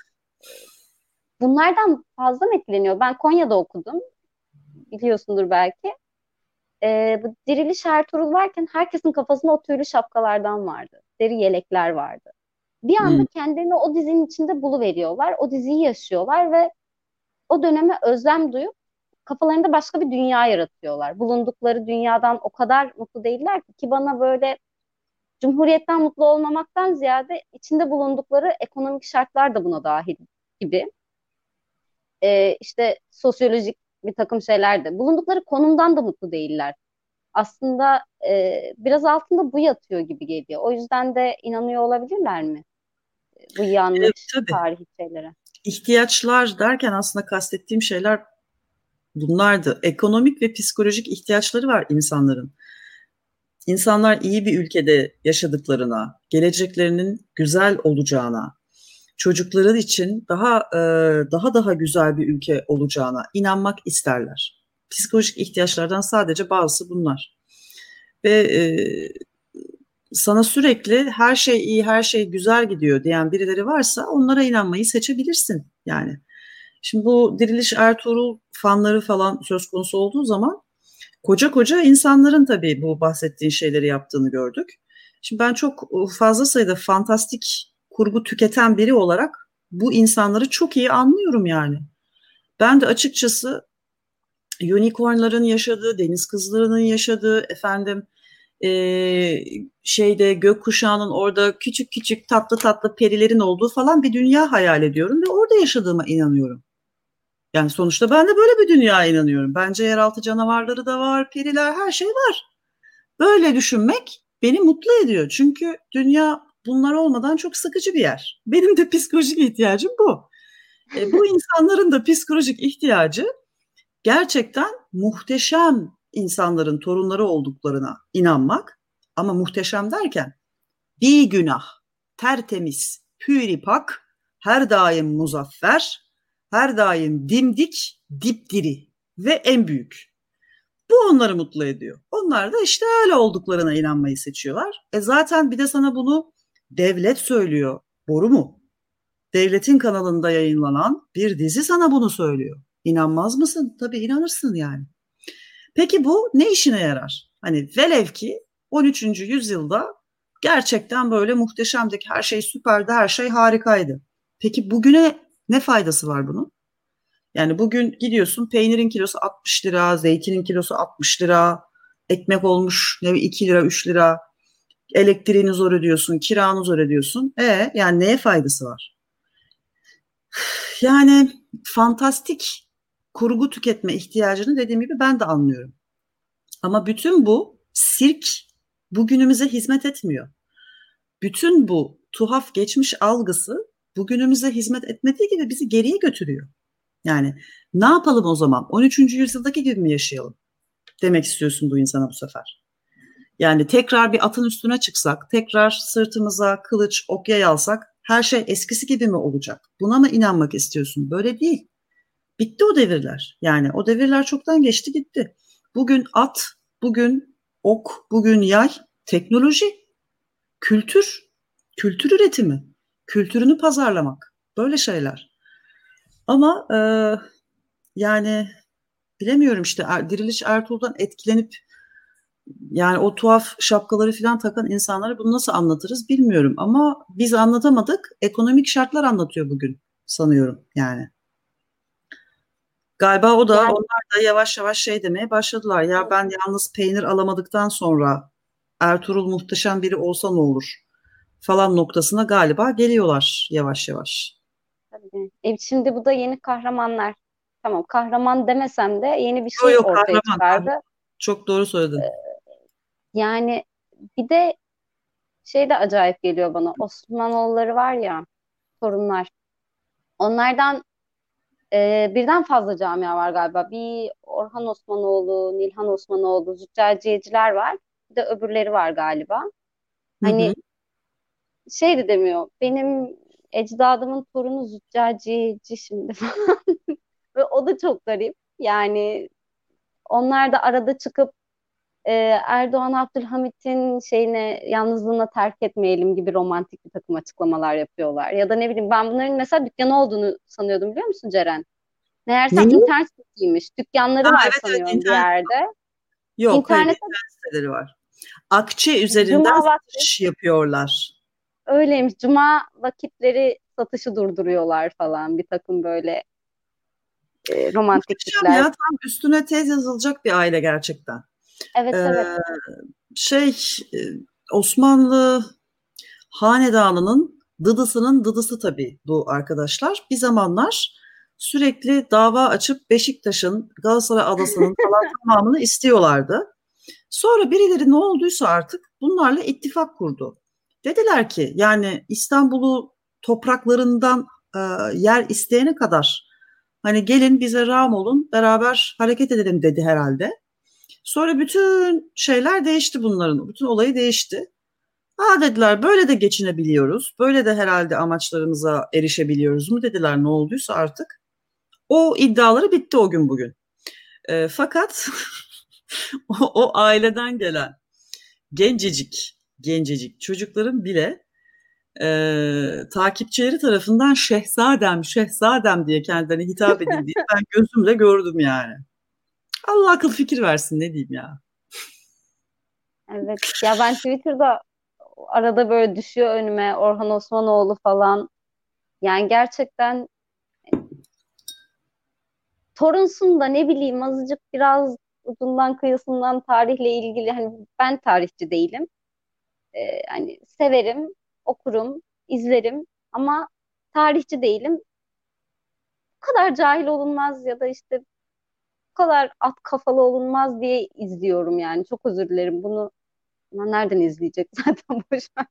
bunlardan fazla mı etkileniyor? Ben Konya'da okudum. Biliyorsundur belki. Ee, bu Diriliş Ertuğrul varken herkesin kafasında o tüylü şapkalardan vardı. Deri yelekler vardı. Bir anda Hmm. kendilerini o dizinin içinde buluveriyorlar. O diziyi yaşıyorlar ve o döneme özlem duyup kafalarında başka bir dünya yaratıyorlar. Bulundukları dünyadan o kadar mutlu değiller ki ki bana böyle Cumhuriyetten mutlu olmamaktan ziyade içinde bulundukları ekonomik şartlar da buna dahil gibi. Ee, işte sosyolojik bir takım şeyler de. Bulundukları konumdan da mutlu değiller. Aslında e, biraz altında bu yatıyor gibi geliyor. O yüzden de inanıyor olabilirler mi? Bu Evet, yanlış tabii. tarihi şeylere. İhtiyaçlar derken aslında kastettiğim şeyler bunlardı. Ekonomik ve psikolojik ihtiyaçları var insanların. İnsanlar iyi bir ülkede yaşadıklarına, geleceklerinin güzel olacağına, çocukları için daha e, daha daha güzel bir ülke olacağına inanmak isterler. Psikolojik ihtiyaçlardan sadece bazısı bunlar. Ve e, sana sürekli her şey iyi, her şey güzel gidiyor diyen birileri varsa onlara inanmayı seçebilirsin yani. Şimdi bu Diriliş Ertuğrul fanları falan söz konusu olduğu zaman koca koca insanların tabii bu bahsettiğin şeyleri yaptığını gördük. Şimdi ben çok fazla sayıda fantastik kurgu tüketen biri olarak bu insanları çok iyi anlıyorum yani. Ben de açıkçası unicornların yaşadığı, deniz kızlarının yaşadığı, efendim e, şeyde gökkuşağının orada küçük küçük tatlı tatlı perilerin olduğu falan bir dünya hayal ediyorum ve orada yaşadığıma inanıyorum. Yani sonuçta ben de böyle bir dünyaya inanıyorum. Bence yeraltı canavarları da var, periler, her şey var. Böyle düşünmek beni mutlu ediyor. Çünkü dünya bunlar olmadan çok sıkıcı bir yer. Benim de psikolojik ihtiyacım bu. E, bu insanların da psikolojik ihtiyacı gerçekten muhteşem insanların torunları olduklarına inanmak. Ama muhteşem derken bir günah, tertemiz, püripak, her daim muzaffer, her daim dimdik, dipdiri ve en büyük. Bu onları mutlu ediyor. Onlar da işte öyle olduklarına inanmayı seçiyorlar. E zaten bir de sana bunu devlet söylüyor. Doğru mu? Devletin kanalında yayınlanan bir dizi sana bunu söylüyor. İnanmaz mısın? Tabii inanırsın yani. Peki bu ne işine yarar? Hani velev ki on üçüncü yüzyılda gerçekten böyle muhteşemdi, her şey süperdi, her şey harikaydı. Peki bugüne ne faydası var bunun? Yani bugün gidiyorsun peynirin kilosu altmış lira, zeytinin kilosu altmış lira, ekmek olmuş ne iki lira, üç lira, elektriğini zor ödüyorsun, kiranı zor ödüyorsun. E yani neye faydası var? Yani fantastik kurgu tüketme ihtiyacını dediğim gibi ben de anlıyorum. Ama bütün bu sirk bugünümüze hizmet etmiyor. Bütün bu tuhaf geçmiş algısı bugünümüze hizmet etmediği gibi bizi geriye götürüyor. Yani ne yapalım o zaman? on üçüncü yüzyıldaki gibi mi yaşayalım? Demek istiyorsun bu insana bu sefer. Yani tekrar bir atın üstüne çıksak, tekrar sırtımıza kılıç, ok yay alsak her şey eskisi gibi mi olacak? Buna mı inanmak istiyorsun? Böyle değil. Bitti o devirler. Yani o devirler çoktan geçti gitti. Bugün at, bugün ok, bugün yay, teknoloji, kültür, kültür üretimi, kültürünü pazarlamak. Böyle şeyler. Ama e, yani bilemiyorum işte Er- Diriliş Ertuğrul'dan etkilenip yani o tuhaf şapkaları falan takan insanlara bunu nasıl anlatırız bilmiyorum. Ama biz anlatamadık. Ekonomik şartlar anlatıyor bugün sanıyorum yani. Galiba o da Yani onlar da yavaş yavaş şey demeye başladılar. Ya ben yalnız peynir alamadıktan sonra Ertuğrul muhteşem biri olsa ne olur falan noktasına galiba geliyorlar yavaş yavaş. tabii. E, şimdi bu da yeni kahramanlar. Tamam, kahraman demesem de yeni bir Yok şey yok ortaya kahraman, kahraman. çıkardı. Çok doğru söyledin. Yani bir de şey de acayip geliyor bana. Osmanoğulları var ya, torunlar. Onlardan e, birden fazla camia var galiba. Bir Orhan Osmanoğlu, Nilhan Osmanoğlu, züccaciyeciler var. Bir de öbürleri var galiba. Hı hı. Hani şey de demiyor. Benim ecdadımın torunu züccaciyeci şimdi falan. Ve o da çok garip. Yani onlar da arada çıkıp e, Erdoğan Abdülhamit'in şeyine yalnızlığına terk etmeyelim gibi romantik bir takım açıklamalar yapıyorlar. Ya da ne bileyim ben bunların mesela dükkanı olduğunu sanıyordum biliyor musun Ceren? Meğersem Neyi? internet siteymiş. Ha, Dükkanları var evet evet sanıyorum bir internet. yerde. Yok hayır İnternete internet siteleri var. Akçe üzerinden cuma vakti satış yapıyorlar. öyleymiş. Cuma vakitleri satışı durduruyorlar falan bir takım böyle e, romantik Muhteşem tipler. ya tam üstüne tez yazılacak bir aile gerçekten. Evet Ee, evet. şey e, Osmanlı hanedanının dıdısının dıdısı tabii bu arkadaşlar. Bir zamanlar sürekli dava açıp Beşiktaş'ın, Galatasaray Adası'nın falan tamamını istiyorlardı. Sonra birileri ne olduysa artık bunlarla ittifak kurdu. Dediler ki yani İstanbul'u topraklarından e, yer isteyene kadar hani gelin bize rağm olun beraber hareket edelim dedi herhalde. Sonra bütün şeyler değişti bunların. Bütün olayı değişti. Ha dediler böyle de geçinebiliyoruz. Böyle de herhalde amaçlarımıza erişebiliyoruz mu dediler ne olduysa artık. O iddiaları bitti o gün bugün. E, fakat o, o aileden gelen gencecik, gencecik çocukların bile e, takipçileri tarafından şehzadem, şehzadem diye kendilerine hitap edildiğini ben gözümle gördüm yani. Allah akıl fikir versin ne diyeyim ya. Evet. Ya ben Twitter'da arada böyle düşüyor önüme Orhan Osmanoğlu falan. Yani gerçekten torunsun da ne bileyim azıcık biraz ucundan kıyısından tarihle ilgili hani ben tarihçi değilim. Ee, hani severim, okurum, izlerim ama tarihçi değilim. Bu kadar cahil olunmaz ya da işte bu kadar at kafalı olunmaz diye izliyorum yani. Çok özür dilerim. Bunu ama nereden izleyecek zaten boş ver.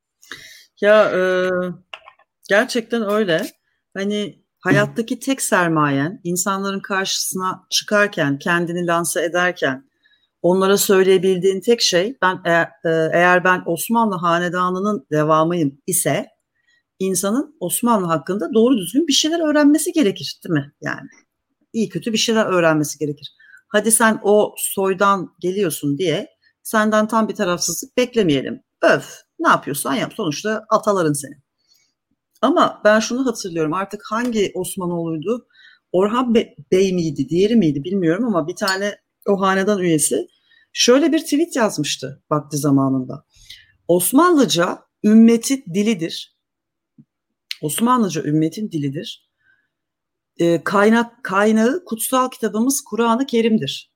Ya e, gerçekten öyle. Hani hayattaki tek sermayen insanların karşısına çıkarken, kendini lanse ederken onlara söyleyebildiğin tek şey ben eğer, e, eğer ben Osmanlı hanedanının devamıyım ise insanın Osmanlı hakkında doğru düzgün bir şeyler öğrenmesi gerekir, değil mi? Yani iyi kötü bir şeyler öğrenmesi gerekir. Hadi sen o soydan geliyorsun diye senden tam bir tarafsızlık beklemeyelim. Öf, ne yapıyorsan yap. Sonuçta ataların senin. Ama ben şunu hatırlıyorum artık hangi Osmanoğlu'ydu? Orhan Be- Bey miydi, diğeri miydi bilmiyorum ama bir tane o hanedan üyesi şöyle bir tweet yazmıştı vakti zamanında. Osmanlıca ümmetin dilidir. Osmanlıca ümmetin dilidir. E, kaynak kaynağı kutsal kitabımız Kur'an-ı Kerim'dir.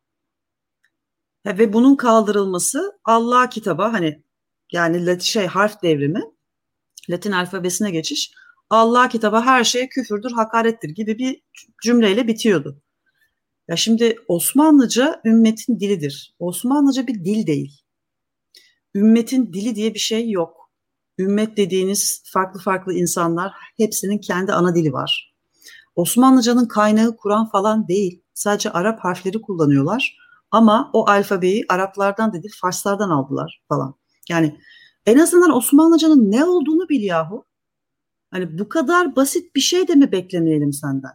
Ha, ve bunun kaldırılması Allah kitaba hani yani lat- şey harf devrimi, Latin alfabesine geçiş, Allah kitaba her şeye küfürdür, hakarettir gibi bir cümleyle bitiyordu. Ya şimdi Osmanlıca ümmetin dilidir. Osmanlıca bir dil değil. Ümmetin dili diye bir şey yok. Ümmet dediğiniz farklı farklı insanlar hepsinin kendi ana dili var. Osmanlıcanın kaynağı Kur'an falan değil. Sadece Arap harfleri kullanıyorlar. Ama o alfabeyi Araplardan da değil Farslardan aldılar falan. Yani en azından Osmanlıcanın ne olduğunu bil yahu. Hani bu kadar basit bir şey de mi beklemeyelim senden?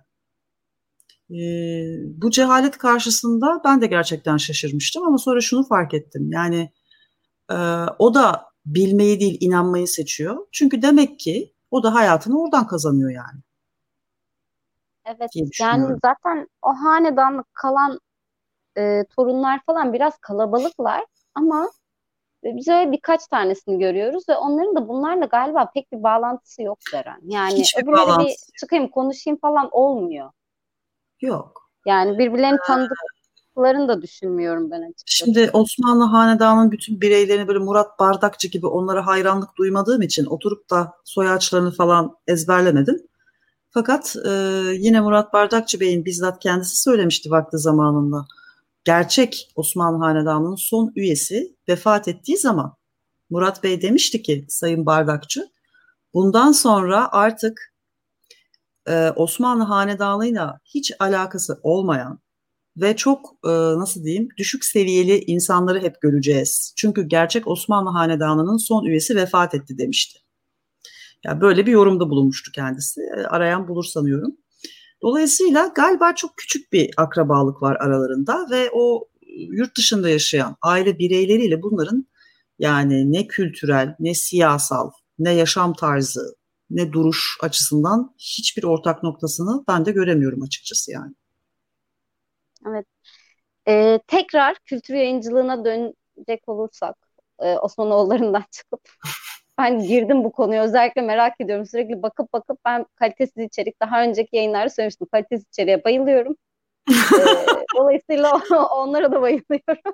Ee, bu cehalet karşısında ben de gerçekten şaşırmıştım ama sonra şunu fark ettim. Yani e, o da bilmeyi değil inanmayı seçiyor. Çünkü demek ki o da hayatını oradan kazanıyor yani Evet diye yani düşünüyorum. zaten o hanedanlık kalan e, torunlar falan biraz kalabalıklar ama biz öyle birkaç tanesini görüyoruz ve onların da bunlarla galiba pek bir bağlantısı yok Ceren. Yani Hiçbir öbürleri bir bağlantısı çıkayım konuşayım falan olmuyor. yok. Yani birbirlerini tanıdıklarını da düşünmüyorum ben Şimdi açıkçası. Osmanlı Hanedanı'nın bütün bireylerini böyle Murat Bardakçı gibi onlara hayranlık duymadığım için oturup da soy ağaçlarını falan ezberlemedim. Fakat e, yine Murat Bardakçı Bey'in bizzat kendisi söylemişti vakti zamanında. Gerçek Osmanlı Hanedanı'nın son üyesi vefat ettiği zaman Murat Bey demişti ki Sayın Bardakçı, bundan sonra artık e, Osmanlı Hanedanı'yla hiç alakası olmayan ve çok e, nasıl diyeyim düşük seviyeli insanları hep göreceğiz. Çünkü gerçek Osmanlı Hanedanı'nın son üyesi vefat etti demişti. Ya böyle bir yorumda bulunmuştu kendisi. E, arayan bulur sanıyorum. Dolayısıyla galiba çok küçük bir akrabalık var aralarında ve o yurt dışında yaşayan aile bireyleriyle bunların yani ne kültürel, ne siyasal, ne yaşam tarzı, ne duruş açısından hiçbir ortak noktasını ben de göremiyorum açıkçası yani. Evet. Ee, tekrar kültür yayıncılığına dönecek olursak e, Osmanoğullarından çıkıp ben girdim bu konuya özellikle merak ediyorum. Sürekli bakıp bakıp ben kalitesiz içerik daha önceki yayınlarda söylemiştim. Kalitesiz içeriğe bayılıyorum. Ee, dolayısıyla onlara da bayılıyorum.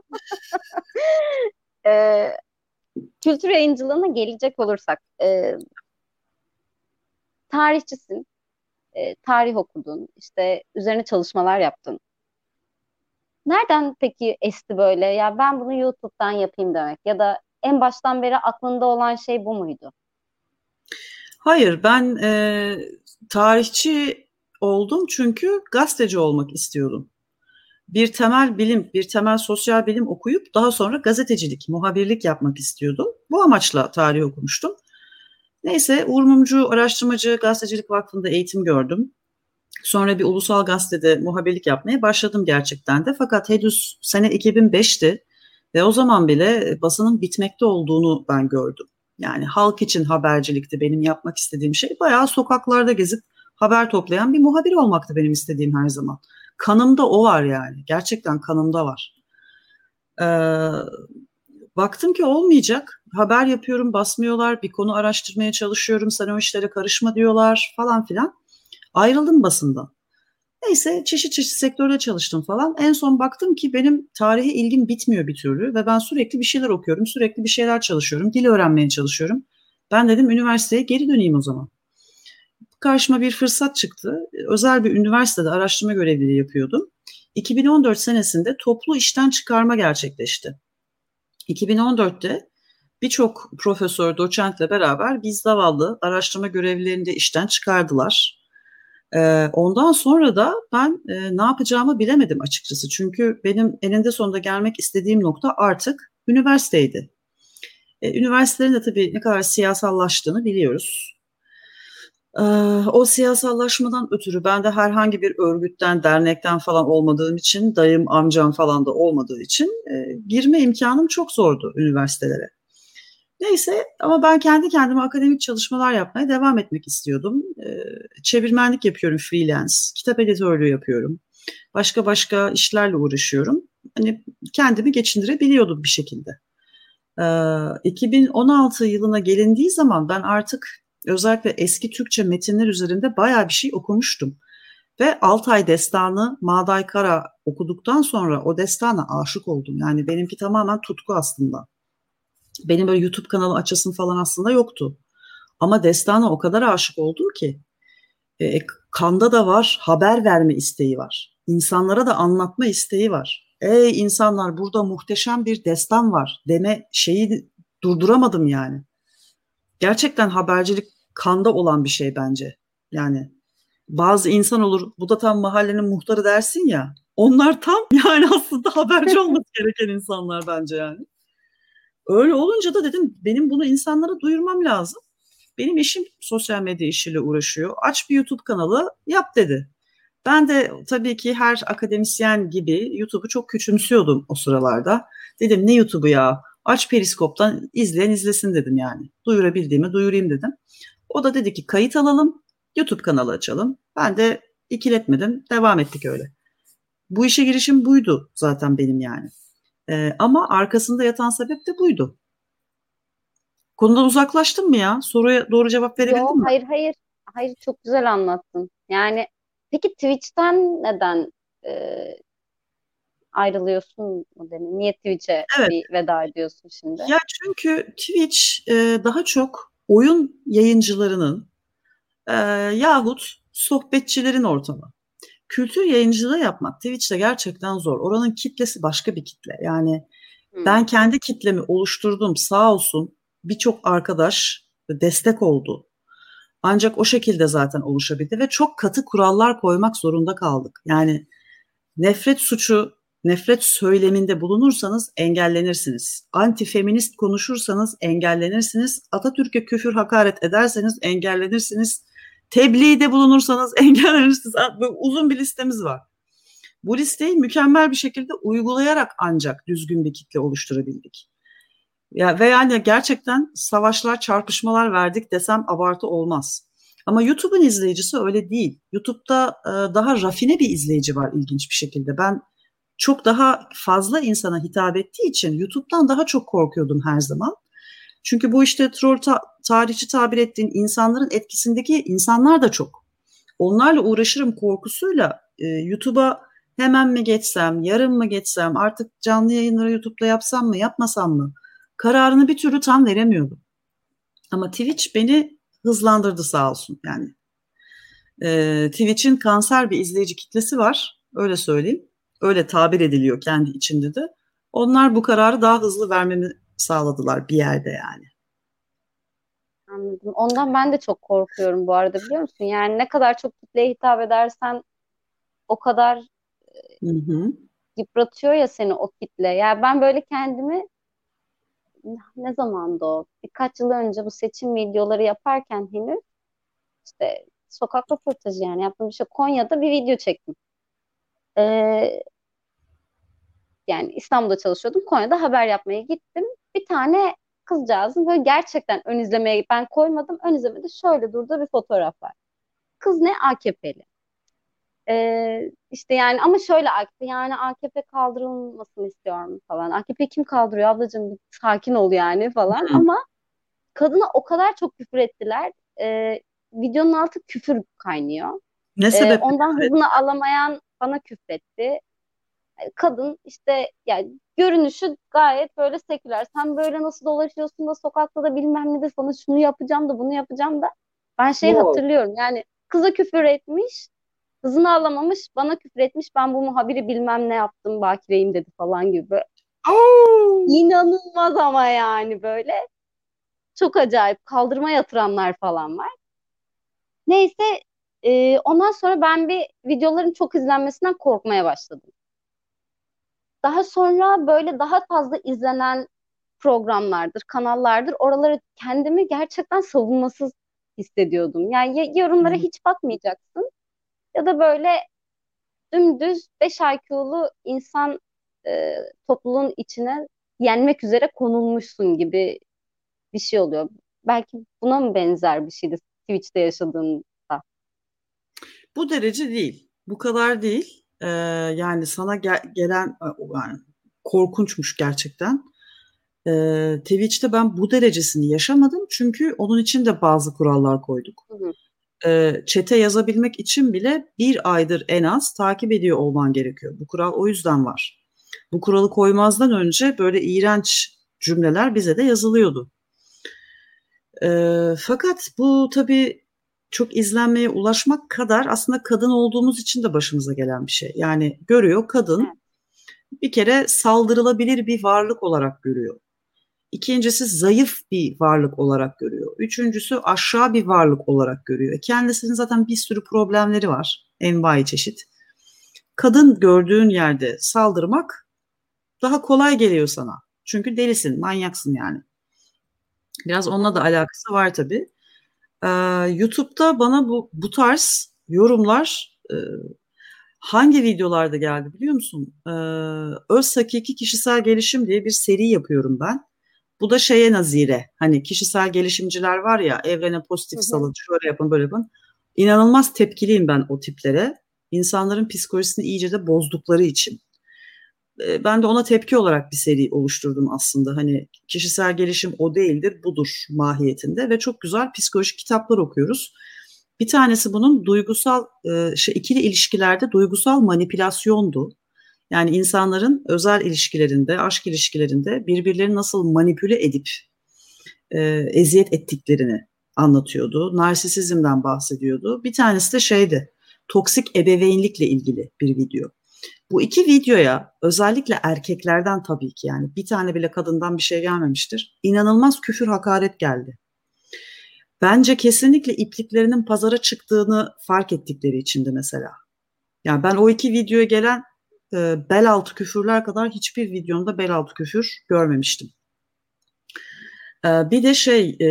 Ee, kültür yayıncılığına gelecek olursak e, tarihçisin. e, tarih okudun, işte üzerine çalışmalar yaptın. Nereden peki esti böyle? Ya ben bunu YouTube'dan yapayım demek ya da en baştan beri aklında olan şey bu muydu? Hayır, ben e, tarihçi oldum çünkü gazeteci olmak istiyordum. Bir temel bilim, bir temel sosyal bilim okuyup daha sonra gazetecilik, muhabirlik yapmak istiyordum. Bu amaçla tarih okumuştum. Neyse, Uğur Mumcu Araştırmacı Gazetecilik Vakfı'nda eğitim gördüm. Sonra bir ulusal gazetede muhabirlik yapmaya başladım gerçekten de. Fakat henüz sene iki bin beşti ve o zaman bile basının bitmekte olduğunu ben gördüm. Yani halk için habercilikti benim yapmak istediğim şey. Bayağı sokaklarda gezip haber toplayan bir muhabir olmaktı benim istediğim her zaman. Kanımda o var yani. Gerçekten kanımda var. Ee, Baktım ki olmayacak. Haber yapıyorum, basmıyorlar. Bir konu araştırmaya çalışıyorum. Sen o işlere karışma diyorlar falan filan. Ayrıldım basından. Neyse çeşit çeşit sektörde çalıştım falan. En son baktım ki benim tarihe ilgim bitmiyor bir türlü ve ben sürekli bir şeyler okuyorum, sürekli bir şeyler çalışıyorum, dil öğrenmeye çalışıyorum. Ben dedim üniversiteye geri döneyim o zaman. Karşıma bir fırsat çıktı. Özel bir üniversitede araştırma görevliliği yapıyordum. iki bin on dört senesinde toplu işten çıkarma gerçekleşti. iki bin on dörtte birçok profesör, doçentle beraber biz zavallı araştırma görevlilerini de işten çıkardılar. Ee, ondan sonra da ben e, ne yapacağımı bilemedim açıkçası. Çünkü benim eninde sonunda gelmek istediğim nokta artık üniversiteydi. E, üniversitelerin de tabii ne kadar siyasallaştığını biliyoruz. Ee, O siyasallaşmadan ötürü ben de herhangi bir örgütten, dernekten falan olmadığım için, dayım, amcam falan da olmadığı için e, girme imkanım çok zordu üniversitelere. Neyse ama ben kendi kendime akademik çalışmalar yapmaya devam etmek istiyordum. Ee, çevirmenlik yapıyorum freelance, kitap editörlüğü yapıyorum. Başka başka işlerle uğraşıyorum. Hani kendimi geçindirebiliyordum bir şekilde. Ee, iki bin on altı yılına gelindiği zaman ben artık özellikle eski Türkçe metinler üzerinde bayağı bir şey okumuştum. Ve Altay Destanı Mağday Kara okuduktan sonra o destana aşık oldum. Yani benimki tamamen tutku aslında. Benim böyle YouTube kanalı açasım falan aslında yoktu. Ama Destan'a o kadar aşık oldum ki e, kanda da var, haber verme isteği var. İnsanlara da anlatma isteği var. Ey insanlar burada muhteşem bir destan var deme şeyi durduramadım yani. Gerçekten habercilik kanda olan bir şey bence. Yani bazı insan olur bu da tam mahallenin muhtarı dersin ya. Onlar tam yani aslında haberci olması gereken insanlar bence yani. Öyle olunca da dedim benim bunu insanlara duyurmam lazım. Benim eşim sosyal medya işiyle uğraşıyor. Aç bir YouTube kanalı yap dedi. Ben de tabii ki her akademisyen gibi YouTube'u çok küçümsüyordum o sıralarda. Dedim ne YouTube'u ya? Aç Periskop'tan izleyen izlesin dedim yani. Duyurabildiğimi duyurayım dedim. O da dedi ki kayıt alalım, YouTube kanalı açalım. Ben de ikiletmedim, devam ettik öyle. Bu işe girişim buydu zaten benim yani. Ee, ama arkasında yatan sebep de buydu. Konudan uzaklaştın mı ya? Soruya doğru cevap Yo, verebildim mi? hayır hayır. Hayır, çok güzel anlattın. Yani peki Twitch'ten neden e, ayrılıyorsun mu denir? Niye Twitch'e Evet. bir veda ediyorsun şimdi? Ya çünkü Twitch e, daha çok oyun yayıncılarının e, yahut sohbetçilerin ortamı. Kültür yayıncılığı yapmak Twitch'te gerçekten zor. Oranın kitlesi başka bir kitle. Yani Hmm. ben kendi kitlemi oluşturdum sağ olsun birçok arkadaş destek oldu. Ancak o şekilde zaten oluşabildi ve çok katı kurallar koymak zorunda kaldık. Yani nefret suçu, nefret söyleminde bulunursanız engellenirsiniz. Antifeminist konuşursanız engellenirsiniz. Atatürk'e küfür hakaret ederseniz engellenirsiniz. Tebliğde bulunursanız engellenirsiniz. Böyle uzun bir listemiz var. Bu listeyi mükemmel bir şekilde uygulayarak ancak düzgün bir kitle oluşturabildik. Ya ve yani gerçekten savaşlar, çarpışmalar verdik desem abartı olmaz. Ama YouTube'un izleyicisi öyle değil. YouTube'da e, daha rafine bir izleyici var ilginç bir şekilde. Ben çok daha fazla insana hitap ettiği için YouTube'dan daha çok korkuyordum her zaman. Çünkü bu işte troll ta- tarihçi tabir ettiğin insanların etkisindeki insanlar da çok. Onlarla uğraşırım korkusuyla e, YouTube'a hemen mi geçsem, yarın mı geçsem, artık canlı yayınları YouTube'da yapsam mı, yapmasam mı? Kararını bir türlü tam veremiyordum. Ama Twitch beni hızlandırdı sağ olsun yani. Ee, Twitch'in kanser bir izleyici kitlesi var. Öyle söyleyeyim. Öyle tabir ediliyor kendi içinde de. Onlar bu kararı daha hızlı vermemi sağladılar bir yerde yani. Anladım. Ondan ben de çok korkuyorum bu arada, biliyor musun? Yani ne kadar çok kitleye hitap edersen o kadar Hı hı. yıpratıyor ya seni o kitle. Yani ben böyle kendimi, ne zamandı o? Birkaç yıl önce bu seçim videoları yaparken henüz, işte sokak röportajı yani yaptığım bir şey. Konya'da bir video çektim. Ee, Yani İstanbul'da çalışıyordum. Konya'da haber yapmaya gittim. Bir tane kızcağızın böyle gerçekten ön izlemeye ben koymadım. Ön izlemede şöyle durdu bir fotoğraf var. Kız ne A K P'li. Ee, işte yani ama şöyle A K P, yani A K P kaldırılmasını istiyorum falan. A K P kim kaldırıyor ablacığım, bir sakin ol yani falan. Hı. Ama kadına o kadar çok küfür ettiler. Ee, Videonun altı küfür kaynıyor. Ne Ee, sebeple ondan küfür hızını alamayan bana küfretti. Kadın işte yani görünüşü gayet böyle seküler. Sen böyle nasıl dolaşıyorsun da sokakta da bilmem ne de, sana şunu yapacağım da bunu yapacağım da. Ben şeyi Wow. hatırlıyorum yani, kıza küfür etmiş, hızını alamamış, bana küfür etmiş, ben bu muhabiri bilmem ne yaptım, bakireyim dedi falan gibi. Böyle Oh! İnanılmaz ama yani böyle çok acayip kaldırıma yatıranlar falan var. Neyse, e, ondan sonra ben bir videoların çok izlenmesinden korkmaya başladım. Daha sonra böyle daha fazla izlenen programlardır, kanallardır. Oralara kendimi gerçekten savunmasız hissediyordum. Yani ya yorumlara Hı. hiç bakmayacaksın ya da böyle dümdüz beş I Q'lu insan e, topluluğun içine yenmek üzere konulmuşsun gibi bir şey oluyor. Belki buna mı benzer bir şeydi Twitch'te yaşadığında? Bu derece değil. Bu kadar değil. Ee, yani sana gel- gelen e, yani korkunçmuş gerçekten. Ee, Twitch'te ben bu derecesini yaşamadım çünkü onun için de bazı kurallar koyduk. Hı hı. Ee, Chat'e yazabilmek için bile bir aydır en az takip ediyor olman gerekiyor. Bu kural o yüzden var. Bu kuralı koymazdan önce böyle iğrenç cümleler bize de yazılıyordu. Ee, fakat bu tabii çok izlenmeye ulaşmak kadar aslında kadın olduğumuz için de başımıza gelen bir şey. Yani görüyor Evet. kadın bir kere saldırılabilir bir varlık olarak görüyor. İkincisi zayıf bir varlık olarak görüyor. Üçüncüsü aşağı bir varlık olarak görüyor. Kendisinin zaten bir sürü problemleri var. Envai çeşit. Kadın gördüğün yerde saldırmak daha kolay geliyor sana. Çünkü delisin, manyaksın yani. Biraz onunla da Evet. alakası var tabii. Ee, YouTube'da bana bu bu tarz yorumlar e, hangi videolarda geldi biliyor musun? Ee, Öz Hakiki Kişisel Gelişim diye bir seri yapıyorum ben. Bu da şeye nazire. Hani kişisel gelişimciler var ya, evrene Hı pozitif hı. salın, şöyle yapın, böyle yapın. İnanılmaz tepkiliyim ben o tiplere. İnsanların psikolojisini iyice de bozdukları için. E, Ben de ona tepki olarak bir seri oluşturdum aslında. Hani kişisel gelişim o değildir, budur mahiyetinde ve çok güzel psikolojik kitaplar okuyoruz. Bir tanesi bunun duygusal, e, şey, ikili ilişkilerde duygusal manipülasyondu. Yani insanların özel ilişkilerinde, aşk ilişkilerinde birbirlerini nasıl manipüle edip e, eziyet ettiklerini anlatıyordu. Narsisizmden bahsediyordu. Bir tanesi de şeydi, toksik ebeveynlikle ilgili bir video. Bu iki videoya özellikle erkeklerden tabii ki yani bir tane bile kadından bir şey gelmemiştir. İnanılmaz küfür hakaret geldi. Bence kesinlikle ipliklerinin pazara çıktığını fark ettikleri içindi mesela. Yani ben o iki videoya gelen e, bel altı küfürler kadar hiçbir videomda bel altı küfür görmemiştim. E, bir de şey e,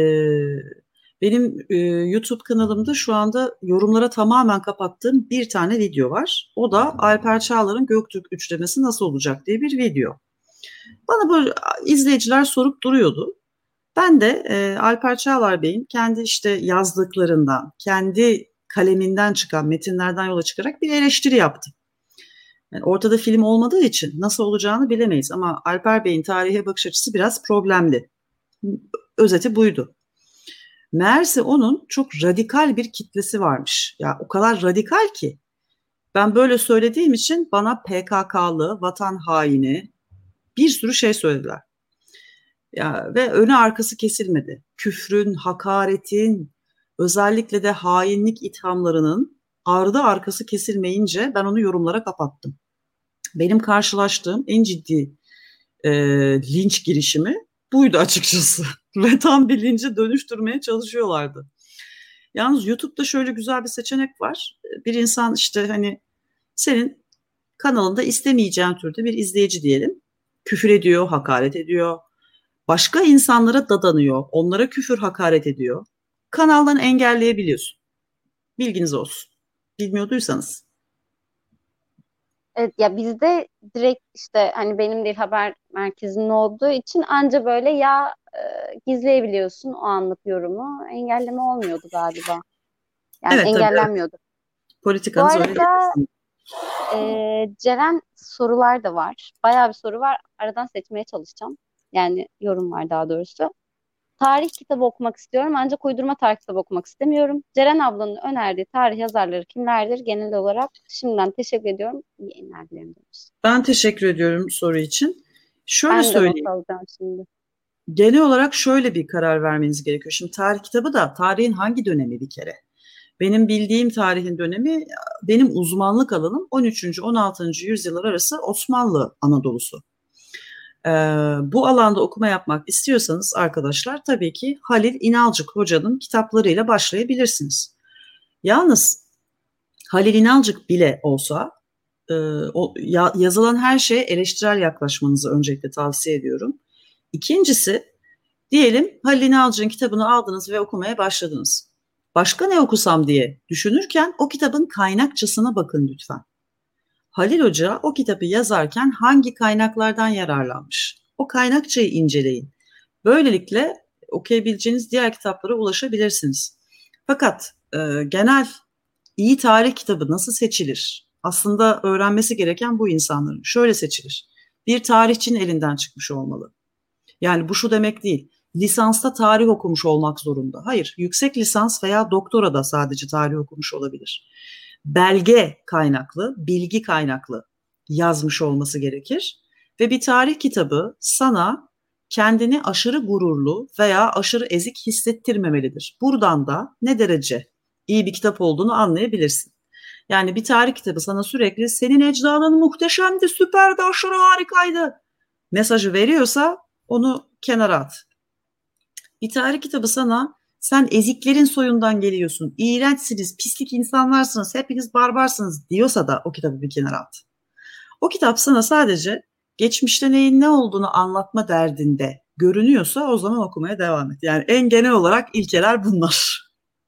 benim e, YouTube kanalımda şu anda yorumlara tamamen kapattığım bir tane video var. O da Alper Çağlar'ın Göktürk üçlemesi nasıl olacak diye bir video. Bana böyle izleyiciler sorup duruyordu. Ben de e, Alper Çağlar Bey'in kendi işte yazdıklarından, kendi kaleminden çıkan metinlerden yola çıkarak bir eleştiri yaptım. Yani ortada film olmadığı için nasıl olacağını bilemeyiz ama Alper Bey'in tarihe bakış açısı biraz problemli. Özeti buydu. Meğerse onun çok radikal bir kitlesi varmış. Ya o kadar radikal ki ben böyle söylediğim için bana P K K'lı, vatan haini bir sürü şey söylediler. Ya, ve önü arkası kesilmedi. Küfrün, hakaretin, özellikle de hainlik ithamlarının ardı arkası kesilmeyince ben onu yorumlara kapattım. Benim karşılaştığım en ciddi e, linç girişimi buydu açıkçası. Ve tam bir lince dönüştürmeye çalışıyorlardı. Yalnız YouTube'da şöyle güzel bir seçenek var. Bir insan işte hani senin kanalında istemeyeceğin türde bir izleyici diyelim. Küfür ediyor, hakaret ediyor. Başka insanlara dadanıyor. Onlara küfür, hakaret ediyor. Kanaldan engelleyebiliyorsun. Bilginiz olsun. Bilmiyorduysanız. Evet ya bizde direkt işte hani benim değil haber merkezinin olduğu için anca böyle ya e, gizleyebiliyorsun o anlık yorumu. Engelleme olmuyordu galiba. Yani Evet tabii evet. engellenmiyordu. Bu Politikanız öyle arada gelişsin. e, Ceren sorular da var. Bayağı bir soru var. Aradan seçmeye çalışacağım. Yani yorum var daha doğrusu. Tarih kitabı okumak istiyorum ancak uydurma tarih kitabı okumak istemiyorum. Ceren ablanın önerdiği tarih yazarları kimlerdir? Genel olarak şimdiden teşekkür ediyorum. İyi yayınlar dilerim demiş. Ben teşekkür ediyorum soru için. Şöyle Ben de not söyleyeyim. alacağım şimdi. Genel olarak şöyle bir karar vermeniz gerekiyor. Şimdi tarih kitabı da tarihin hangi dönemi bir kere? Benim bildiğim tarihin dönemi, benim uzmanlık alanım on üçüncü. on altıncı yüzyıllar arası Osmanlı Anadolu'su. Ee, Bu alanda okuma yapmak istiyorsanız arkadaşlar tabii ki Halil İnalcık hocanın kitaplarıyla başlayabilirsiniz. Yalnız Halil İnalcık bile olsa e, o, ya, yazılan her şeye eleştirel yaklaşmanızı öncelikle tavsiye ediyorum. İkincisi, diyelim Halil İnalcık'ın kitabını aldınız ve okumaya başladınız. Başka ne okusam diye düşünürken o kitabın kaynakçasına bakın lütfen. Halil Hoca o kitabı yazarken hangi kaynaklardan yararlanmış? O kaynakçayı inceleyin. Böylelikle okuyabileceğiniz diğer kitaplara ulaşabilirsiniz. Fakat e, genel iyi tarih kitabı nasıl seçilir? Aslında öğrenmesi gereken bu insanların. Şöyle seçilir. Bir tarihçinin elinden çıkmış olmalı. Yani bu şu demek değil. Lisansta tarih okumuş olmak zorunda. Hayır, yüksek lisans veya doktora da sadece tarih okumuş olabilir. Belge kaynaklı, bilgi kaynaklı yazmış olması gerekir. Ve bir tarih kitabı sana kendini aşırı gururlu veya aşırı ezik hissettirmemelidir. Buradan da ne derece iyi bir kitap olduğunu anlayabilirsin. Yani bir tarih kitabı sana sürekli senin ecdadın muhteşemdi, süperdi, aşırı harikaydı mesajı veriyorsa onu kenara at. Bir tarih kitabı sana sen eziklerin soyundan geliyorsun, iğrençsiniz, pislik insanlarsınız, hepiniz barbarsınız diyorsa da o kitabı bir kenara at. O kitap sana sadece geçmişte neyin ne olduğunu anlatma derdinde görünüyorsa o zaman okumaya devam et. Yani en genel olarak ilkeler bunlar.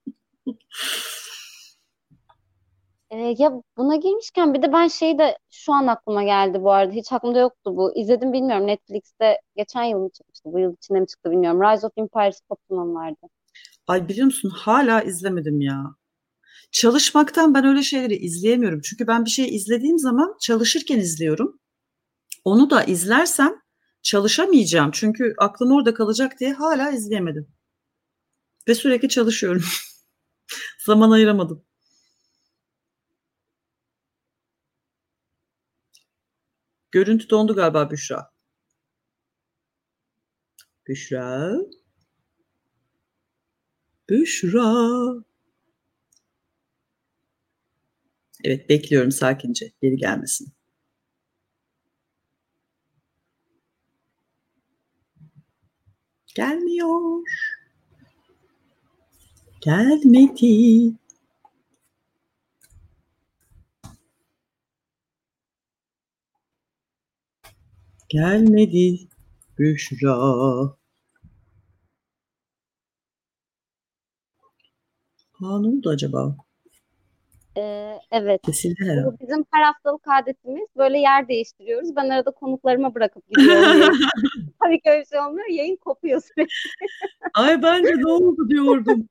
Ee, ya buna girmişken bir de ben şey de şu an aklıma geldi bu arada. Hiç aklımda yoktu bu. İzledim bilmiyorum. Netflix'te geçen yıl mı çıkmıştı? Bu yıl içinde mi çıktı bilmiyorum. Rise of Empires Tottenham vardı. Ay biliyor musun hala izlemedim ya. Çalışmaktan ben öyle şeyleri izleyemiyorum. Çünkü ben bir şey izlediğim zaman çalışırken izliyorum. Onu da izlersem çalışamayacağım. Çünkü aklım orada kalacak diye hala izleyemedim. Ve sürekli çalışıyorum. Zaman ayıramadım. Görüntü dondu galiba Büşra. Büşra. Büşra. Evet bekliyorum sakince geri gelmesin. Gelmiyor. Gelmedi. Gelmedi. Büşra. Aa, ne oldu acaba? Ee, evet. Kesildi herhalde. Bu bizim her haftalık adetimiz. Böyle yer değiştiriyoruz. Ben arada konuklarıma bırakıp gidiyorum yayın. Tabii ki öyle bir şey olmuyor. Yayın kopuyor sürekli. Ay bence ne oldu diyordum.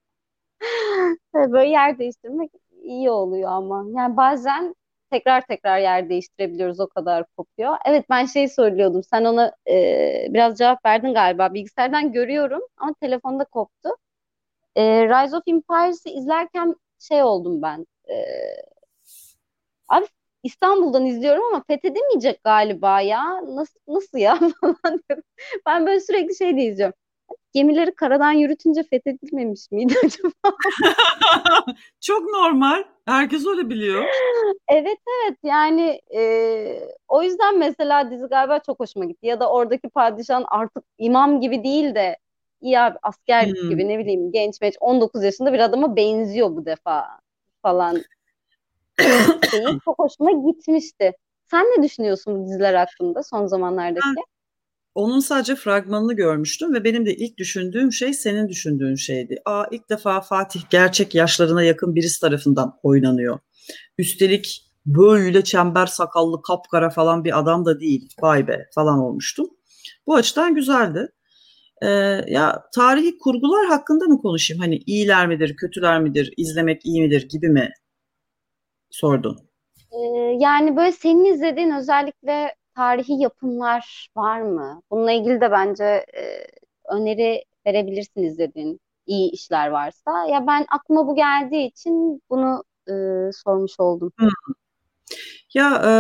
Böyle yer değiştirmek iyi oluyor ama. Yani bazen tekrar tekrar yer değiştirebiliyoruz. O kadar kopuyor. Evet ben şey söylüyordum. Sen ona e, biraz cevap verdin galiba. Bilgisayardan görüyorum ama telefonda koptu. E, Rise of Empires'ı izlerken şey oldum ben. E, abi İstanbul'dan izliyorum ama fethedemeyecek galiba ya. Nasıl nasıl ya falan diyorum. Ben böyle sürekli şey de izliyorum. Gemileri karadan yürütünce fethedilmemiş miydi acaba? Çok normal. Herkes öyle biliyor. Evet, evet, yani e, o yüzden mesela dizi galiba çok hoşuma gitti. Ya da oradaki padişahın artık imam gibi değil de iyi abi asker Hmm. gibi, ne bileyim, genç meç on dokuz yaşında bir adama benziyor bu defa falan şeyi çok hoşuma gitmişti. Sen ne düşünüyorsun bu diziler hakkında son zamanlardaki? Onun sadece fragmanını görmüştüm ve benim de ilk düşündüğüm şey senin düşündüğün şeydi. Aa, ilk defa Fatih gerçek yaşlarına yakın birisi tarafından oynanıyor. Üstelik böyle çember sakallı kapkara falan bir adam da değil. Vay be falan olmuştum. Bu açıdan güzeldi. Ee, ya tarihi kurgular hakkında mı konuşayım? Hani iyiler midir, kötüler midir, izlemek iyi midir gibi mi sordun? Ee, Yani böyle senin izlediğin özellikle tarihi yapımlar var mı? Bununla ilgili de bence e, öneri verebilirsin izlediğin iyi işler varsa. Ya ben aklıma bu geldiği için bunu e, sormuş oldum. Hı. Ya e,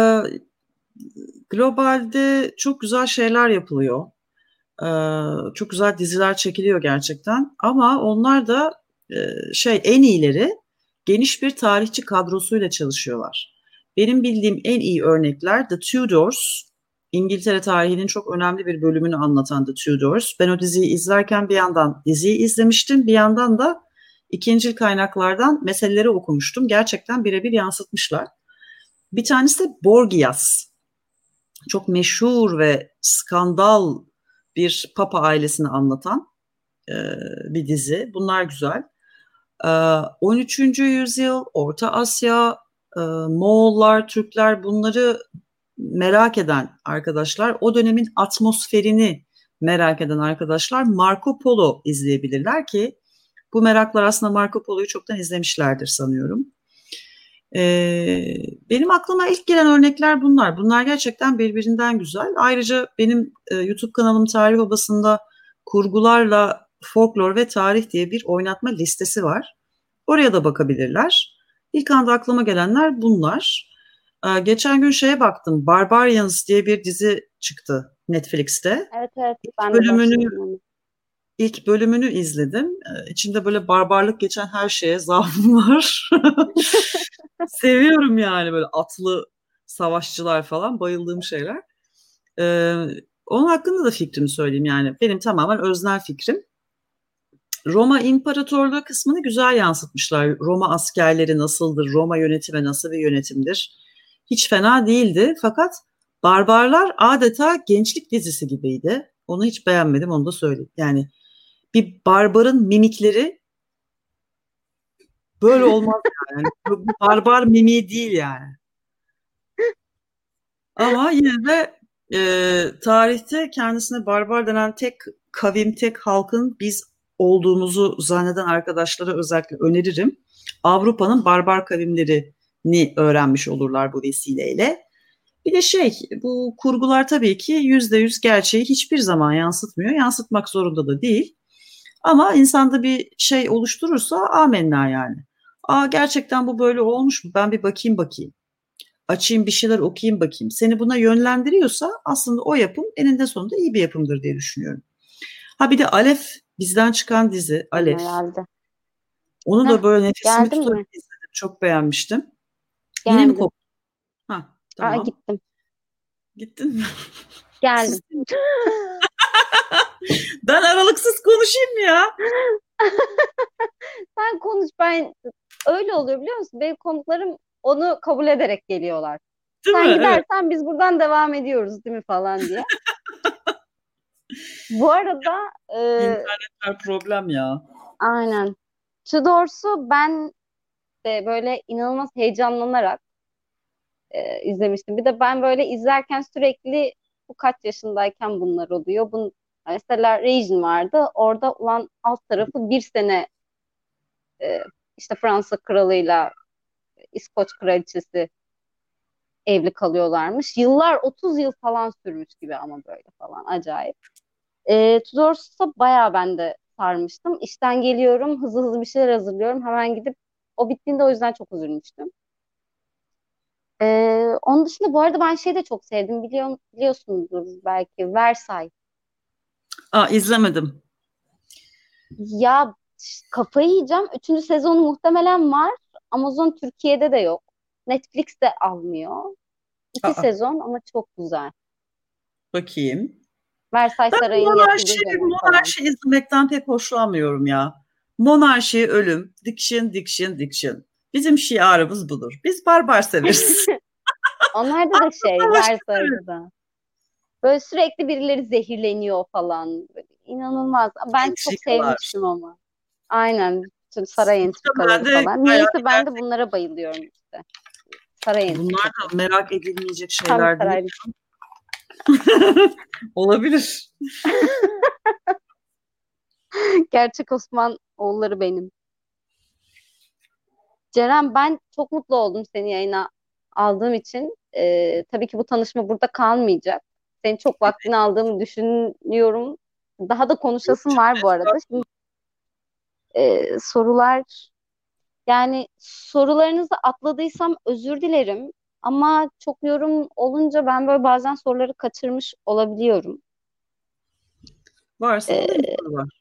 globalde çok güzel şeyler yapılıyor. Ee, çok güzel diziler çekiliyor gerçekten. Ama onlar da e, şey en iyileri geniş bir tarihçi kadrosuyla çalışıyorlar. Benim bildiğim en iyi örnekler The Tudors. İngiltere tarihinin çok önemli bir bölümünü anlatan The Tudors. Ben o diziyi izlerken bir yandan diziyi izlemiştim, bir yandan da ikincil kaynaklardan meseleleri okumuştum. Gerçekten birebir yansıtmışlar. Bir tanesi de Borgias. Çok meşhur ve skandal bir papa ailesini anlatan e, bir dizi. Bunlar güzel. E, on üçüncü yüzyıl, Orta Asya, e, Moğollar, Türkler bunları merak eden arkadaşlar, o dönemin atmosferini merak eden arkadaşlar Marco Polo izleyebilirler ki bu meraklar aslında Marco Polo'yu çoktan izlemişlerdir sanıyorum. Ee, benim aklıma ilk gelen örnekler bunlar. Bunlar gerçekten birbirinden güzel. Ayrıca benim e, YouTube kanalım Tarih Obası'nda kurgularla folklor ve tarih diye bir oynatma listesi var. Oraya da bakabilirler. İlk anda aklıma gelenler bunlar. Ee, geçen gün şeye baktım. Barbarians diye bir dizi çıktı Netflix'te. Evet, evet, İlk ben de bölümünü başladım onu. ilk bölümünü izledim. Ee, İçinde böyle barbarlık geçen her şeye zaafım var. Seviyorum yani böyle atlı savaşçılar falan bayıldığım şeyler. Ee, onun hakkında da fikrimi söyleyeyim yani. Benim tamamen öznel fikrim. Roma İmparatorluğu kısmını güzel yansıtmışlar. Roma askerleri nasıldır, Roma yönetimi nasıl bir yönetimdir? Hiç fena değildi. Fakat Barbarlar adeta gençlik dizisi gibiydi. Onu hiç beğenmedim, onu da söyleyeyim. Yani bir barbarın mimikleri böyle olmaz yani. Bu bir barbar mimiği değil yani. Ama yine de e, tarihte kendisine barbar denen tek kavim, tek halkın biz olduğumuzu zanneden arkadaşlara özellikle öneririm. Avrupa'nın barbar kavimlerini öğrenmiş olurlar bu vesileyle. Bir de şey, bu kurgular tabii ki yüzde yüz gerçeği hiçbir zaman yansıtmıyor. Yansıtmak zorunda da değil. Ama insanda bir şey oluşturursa amenna yani. Aa, gerçekten bu böyle olmuş mu? Ben bir bakayım bakayım. Açayım bir şeyler okuyayım bakayım. Seni buna yönlendiriyorsa aslında o yapım eninde sonunda iyi bir yapımdır diye düşünüyorum. Ha bir de Alef bizden çıkan dizi Alef. Herhalde. Onu Heh, da böyle nefesimi geldin tutarak mi? izledim. Çok beğenmiştim. Yine mi Geldim. koptu? Ha Aa, tamam. gittim. Gittin mi? Geldim. Sustum. Ben aralıksız konuşayım mı ya? Sen konuş, ben öyle oluyor biliyor musun? Benim konuklarım onu kabul ederek geliyorlar. Değil mi? Sen Evet. gidersen biz buradan devam ediyoruz değil mi falan diye. Bu arada e, İnternetler problem ya. aynen. Tudors'u ben de böyle inanılmaz heyecanlanarak e, izlemiştim. Bir de ben böyle izlerken sürekli bu kaç yaşındayken bunlar oluyor. Bun, mesela Regine vardı. Orada ulan alt tarafı bir sene e, işte Fransa kralıyla İskoç kraliçesi evli kalıyorlarmış. Yıllar otuz yıl falan sürmüş gibi ama böyle falan acayip. E, Tudors'ta bayağı ben de sarmıştım. İşten geliyorum, hızlı hızlı bir şeyler hazırlıyorum. Hemen gidip o bittiğinde o yüzden çok üzülmüştüm. E, Onun dışında bu arada ben şeyi de çok sevdim. Biliyor, biliyorsunuzdur belki Versailles. Aa, izlemedim. Ya kafayı yiyeceğim. Üçüncü sezonu muhtemelen var. Amazon Türkiye'de de yok. Netflix de almıyor. İki Aa, sezon ama çok güzel. bakayım. Versailles Ben Sarayı'nın monarşi, yapıldığı dönem falan. monarşi izlemekten pek hoşlanmıyorum ya. Monarşi, ölüm, diction, diction, diction. Bizim şiarımız budur. Biz barbar severiz. Onlarda da şey, Savaşı severiz. Versailles'da da. Böyle sürekli birileri zehirleniyor falan. Böyle inanılmaz. Ben çok Entrikalar. sevmiştim ama. Aynen. Bütün saray Muhtemelen entrikaları de falan. bayağı Niyeyse ben de ileride. bunlara bayılıyorum işte. Saray Bunlar entrikası. da merak edilmeyecek Tam şeyler değil. saray. Olabilir. Gerçek Osman oğulları benim. Ceren, ben çok mutlu oldum seni yayına aldığım için. Ee, tabii ki bu tanışma burada kalmayacak. Senin çok vaktini aldığımı düşünüyorum. Daha da konuşasım var bu arada. Şimdi e, sorular, yani sorularınızı atladıysam özür dilerim. Ama çok yorum olunca ben böyle bazen soruları kaçırmış olabiliyorum. Varsa alayım Ee, sorular.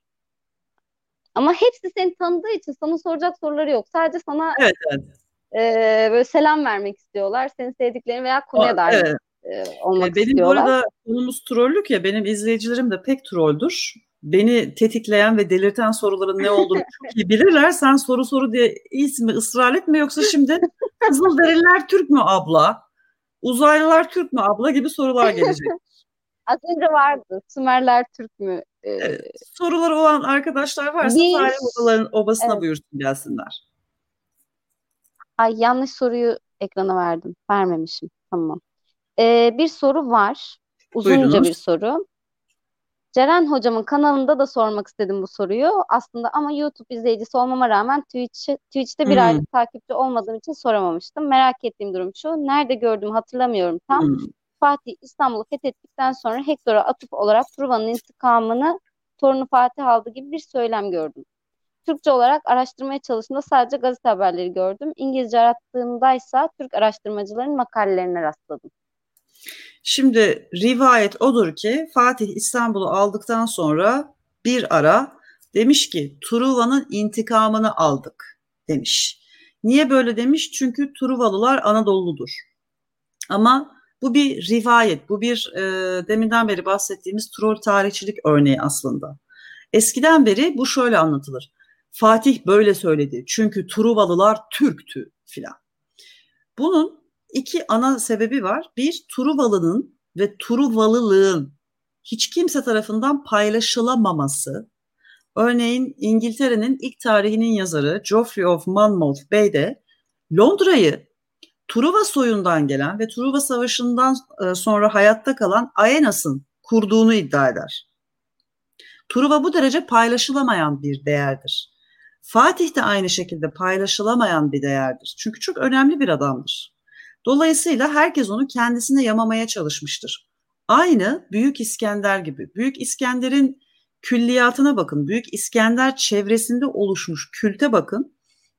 ama hepsi seni tanıdığı için sana soracak soruları yok. Sadece sana Evet, evet. e, böyle selam vermek istiyorlar. Seni sevdiklerini veya O- konuya dahil evet. e, olmak E, Benim bu istiyorlar. arada konumuz trollük ya, benim izleyicilerim de pek trolldür. Beni tetikleyen ve delirten soruların ne olduğunu çok iyi bilirler. Sen soru soru diye ismi ısrar etme, yoksa şimdi Kızılderililer Türk mü abla? Uzaylılar Türk mü abla gibi sorular gelecek. Az önce vardı. Sümerler Türk mü? Ee, Evet. Soruları olan arkadaşlar varsa bir fare obaların obasına evet. buyursun gelsinler. Ay, yanlış soruyu ekrana verdim. Vermemişim. Tamam. Ee, bir soru var. Uzunca bir Buyurunuz. soru. Ceren hocamın kanalında da sormak istedim bu soruyu. Aslında ama YouTube izleyicisi olmama rağmen Twitch, Twitch'te bir Hmm, aylık takipçi olmadığım için soramamıştım. Merak ettiğim durum şu. Nerede gördüğümü hatırlamıyorum tam. hmm. Fatih İstanbul'u fethettikten sonra Hektor'a atıf olarak Truva'nın intikamını torunu Fatih aldı gibi bir söylem gördüm. Türkçe olarak araştırmaya çalıştığımda sadece gazete haberleri gördüm. İngilizce arattığımdaysa Türk araştırmacıların makalelerine rastladım. Şimdi rivayet odur ki Fatih İstanbul'u aldıktan sonra bir ara demiş ki Truva'nın intikamını aldık demiş. Niye böyle demiş? Çünkü Truvalılar Anadolu'ludur. Ama bu bir rivayet, bu bir e, deminden beri bahsettiğimiz troll tarihçilik örneği aslında. Eskiden beri bu şöyle anlatılır. Fatih böyle söyledi çünkü Truvalılar Türktü filan. Bunun iki ana sebebi var. Bir, Truvalı'nın ve Truvalılığın hiç kimse tarafından paylaşılamaması. Örneğin İngiltere'nin ilk tarihinin yazarı Geoffrey of Monmouth Bey de Londra'yı Truva soyundan gelen ve Truva Savaşı'ndan e, sonra hayatta kalan Aenas'ın kurduğunu iddia eder. Truva bu derece paylaşılamayan bir değerdir. Fatih de aynı şekilde paylaşılamayan bir değerdir. Çünkü çok önemli bir adamdır. Dolayısıyla herkes onu kendisine yamamaya çalışmıştır. Aynı Büyük İskender gibi. Büyük İskender'in külliyatına bakın. Büyük İskender çevresinde oluşmuş külte bakın.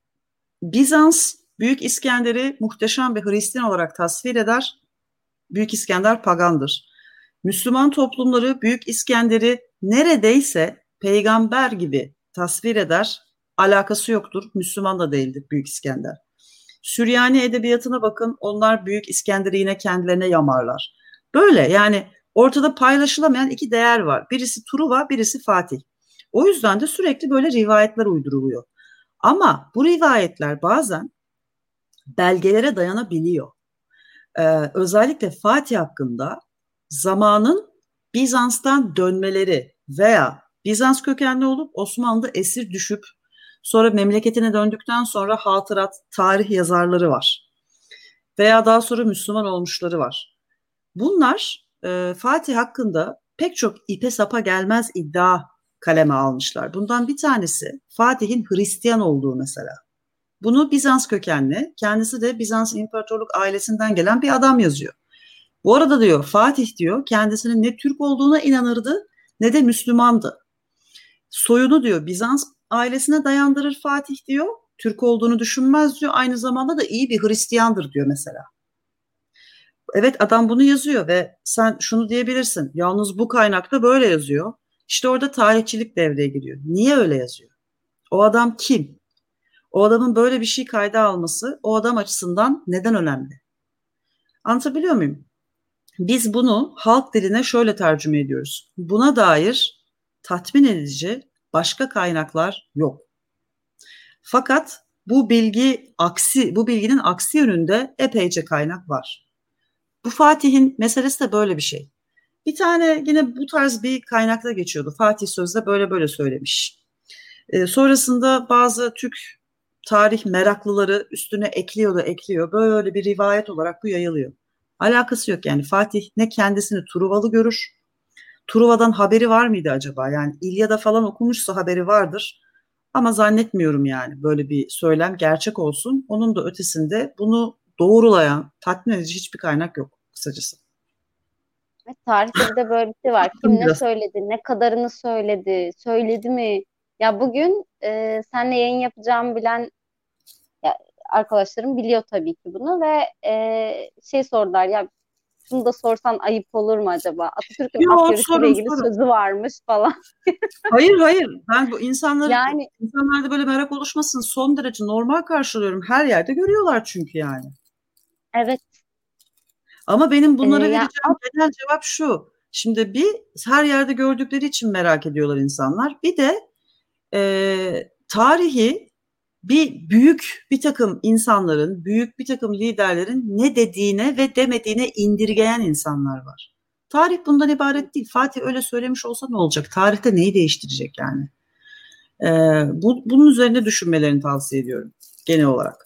Bizans Büyük İskender'i muhteşem bir Hristiyan olarak tasvir eder. Büyük İskender pagandır. Müslüman toplumları Büyük İskender'i neredeyse peygamber gibi tasvir eder. Alakası yoktur. Müslüman da değildir Büyük İskender. Süryani edebiyatına bakın. Onlar Büyük İskender'i yine kendilerine yamarlar. Böyle yani ortada paylaşılamayan iki değer var. Birisi Truva, birisi Fatih. O yüzden de sürekli böyle rivayetler uyduruluyor. Ama bu rivayetler bazen belgelere dayanabiliyor. Ee, özellikle Fatih hakkında zamanın Bizans'tan dönmeleri veya Bizans kökenli olup Osmanlı'da esir düşüp sonra memleketine döndükten sonra hatırat, tarih yazarları var. Veya daha sonra Müslüman olmuşları var. Bunlar e, Fatih hakkında pek çok ipe sapa gelmez iddia kaleme almışlar. Bundan bir tanesi Fatih'in Hristiyan olduğu mesela. Bunu Bizans kökenli, kendisi de Bizans İmparatorluk ailesinden gelen bir adam yazıyor. Bu arada diyor Fatih diyor kendisinin ne Türk olduğuna inanırdı ne de Müslümandı. Soyunu diyor Bizans ailesine dayandırır Fatih diyor. Türk olduğunu düşünmez diyor. Aynı zamanda da iyi bir Hristiyandır diyor mesela. Evet, adam bunu yazıyor ve sen şunu diyebilirsin. Yalnız bu kaynakta böyle yazıyor. İşte orada tarihçilik devreye giriyor. Niye öyle yazıyor? O adam kim? O adamın böyle bir şey kayda alması o adam açısından neden önemli? Anlatabiliyor muyum? Biz bunu halk diline şöyle tercüme ediyoruz. Buna dair tatmin edici başka kaynaklar yok. Fakat bu bilgi aksi, bu bilginin aksi yönünde epeyce kaynak var. Bu Fatih'in meselesi de böyle bir şey. Bir tane yine bu tarz bir kaynakta geçiyordu. Fatih Sözde böyle böyle söylemiş. Ee, sonrasında bazı Türk tarih meraklıları üstüne ekliyor da ekliyor. Böyle bir rivayet olarak bu yayılıyor. Alakası yok yani. Fatih ne kendisini Truvalı görür. Truva'dan haberi var mıydı acaba? Yani İlyada falan okumuşsa haberi vardır. Ama zannetmiyorum yani böyle bir söylem gerçek olsun. Onun da ötesinde bunu doğrulayan, tatmin edici hiçbir kaynak yok kısacası. Ve tarihte bir de böyle bir şey var. Kim ne Biraz. söyledi, ne kadarını söyledi, söyledi mi? Ya bugün e, seninle yayın yapacağımı bilen ya, arkadaşlarım biliyor tabii ki bunu ve e, şey sordular ya şunu da sorsan ayıp olur mu acaba? Atatürk'ün at Yok, yarışıyla sorun ilgili sorun. sözü varmış falan. Hayır hayır. Ben bu insanları Yani insanlarda böyle merak oluşmasın son derece normal karşılıyorum. Her yerde görüyorlar çünkü yani. evet, Ama benim e, bunlara ya vereceğim genel cevap şu. Şimdi bir her yerde gördükleri için merak ediyorlar insanlar. Bir de e, tarihi bir büyük bir takım insanların, büyük bir takım liderlerin ne dediğine ve demediğine indirgeyen insanlar var. Tarih bundan ibaret değil. Fatih öyle söylemiş olsa ne olacak? Tarihte neyi değiştirecek yani? Ee, bu, bunun üzerine düşünmelerini tavsiye ediyorum genel olarak.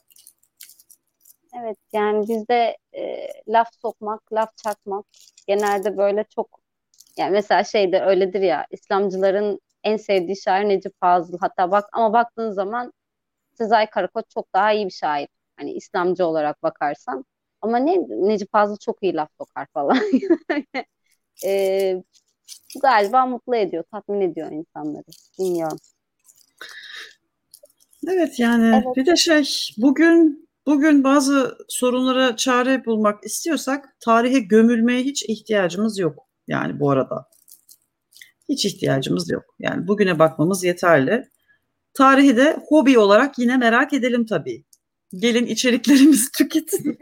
evet yani bizde e, laf sokmak, laf çakmak genelde böyle çok yani mesela şey de öyledir ya İslamcıların en sevdiği şair Necip Fazıl. Hatta bak ama baktığın zaman Sezai Karakoç çok daha iyi bir şair. Hani İslamcı olarak bakarsan. Ama ne Necip Fazıl çok iyi laf sokar falan. Ee, Bu galiba mutlu ediyor, tatmin ediyor insanları. Bilmiyorum. Evet yani Evet, bir de şey bugün bugün bazı sorunlara çare bulmak istiyorsak tarihe gömülmeye hiç ihtiyacımız yok. Yani bu arada hiç evet. ihtiyacımız yok. Yani bugüne bakmamız yeterli. Tarihi de hobi olarak yine merak edelim tabii. Gelin içeriklerimizi tüketin.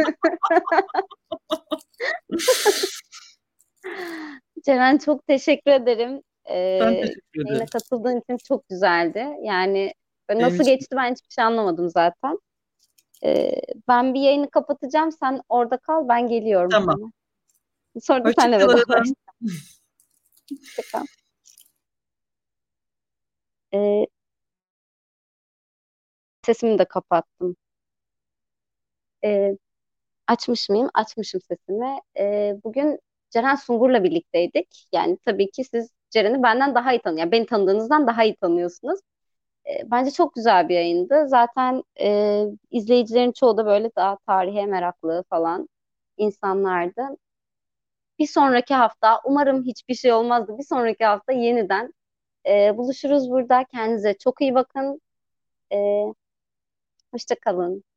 Ceren çok teşekkür ederim. Ee, Ben teşekkür Yayına ederim. katıldığın için çok güzeldi. Yani Benim nasıl için. geçti ben hiçbir şey anlamadım zaten. Ee, Ben bir yayını kapatacağım. Sen orada kal, ben geliyorum Tamam. hemen. Sonra da seninle Hoşçakalın. vedalaşacağım. Ee, Sesimi de kapattım. Ee, Açmış mıyım? Açmışım sesimi. Ee, bugün Ceren Sungur'la birlikteydik. Yani tabii ki siz Ceren'i benden daha iyi tanıyor. Yani beni tanıdığınızdan daha iyi tanıyorsunuz. Ee, bence çok güzel bir yayındı. Zaten e, izleyicilerin çoğu da böyle daha tarihe meraklı falan insanlardı. Bir sonraki hafta umarım hiçbir şey olmazdı. Bir sonraki hafta yeniden e, buluşuruz burada. Kendinize çok iyi bakın. E, Hoşça kalın.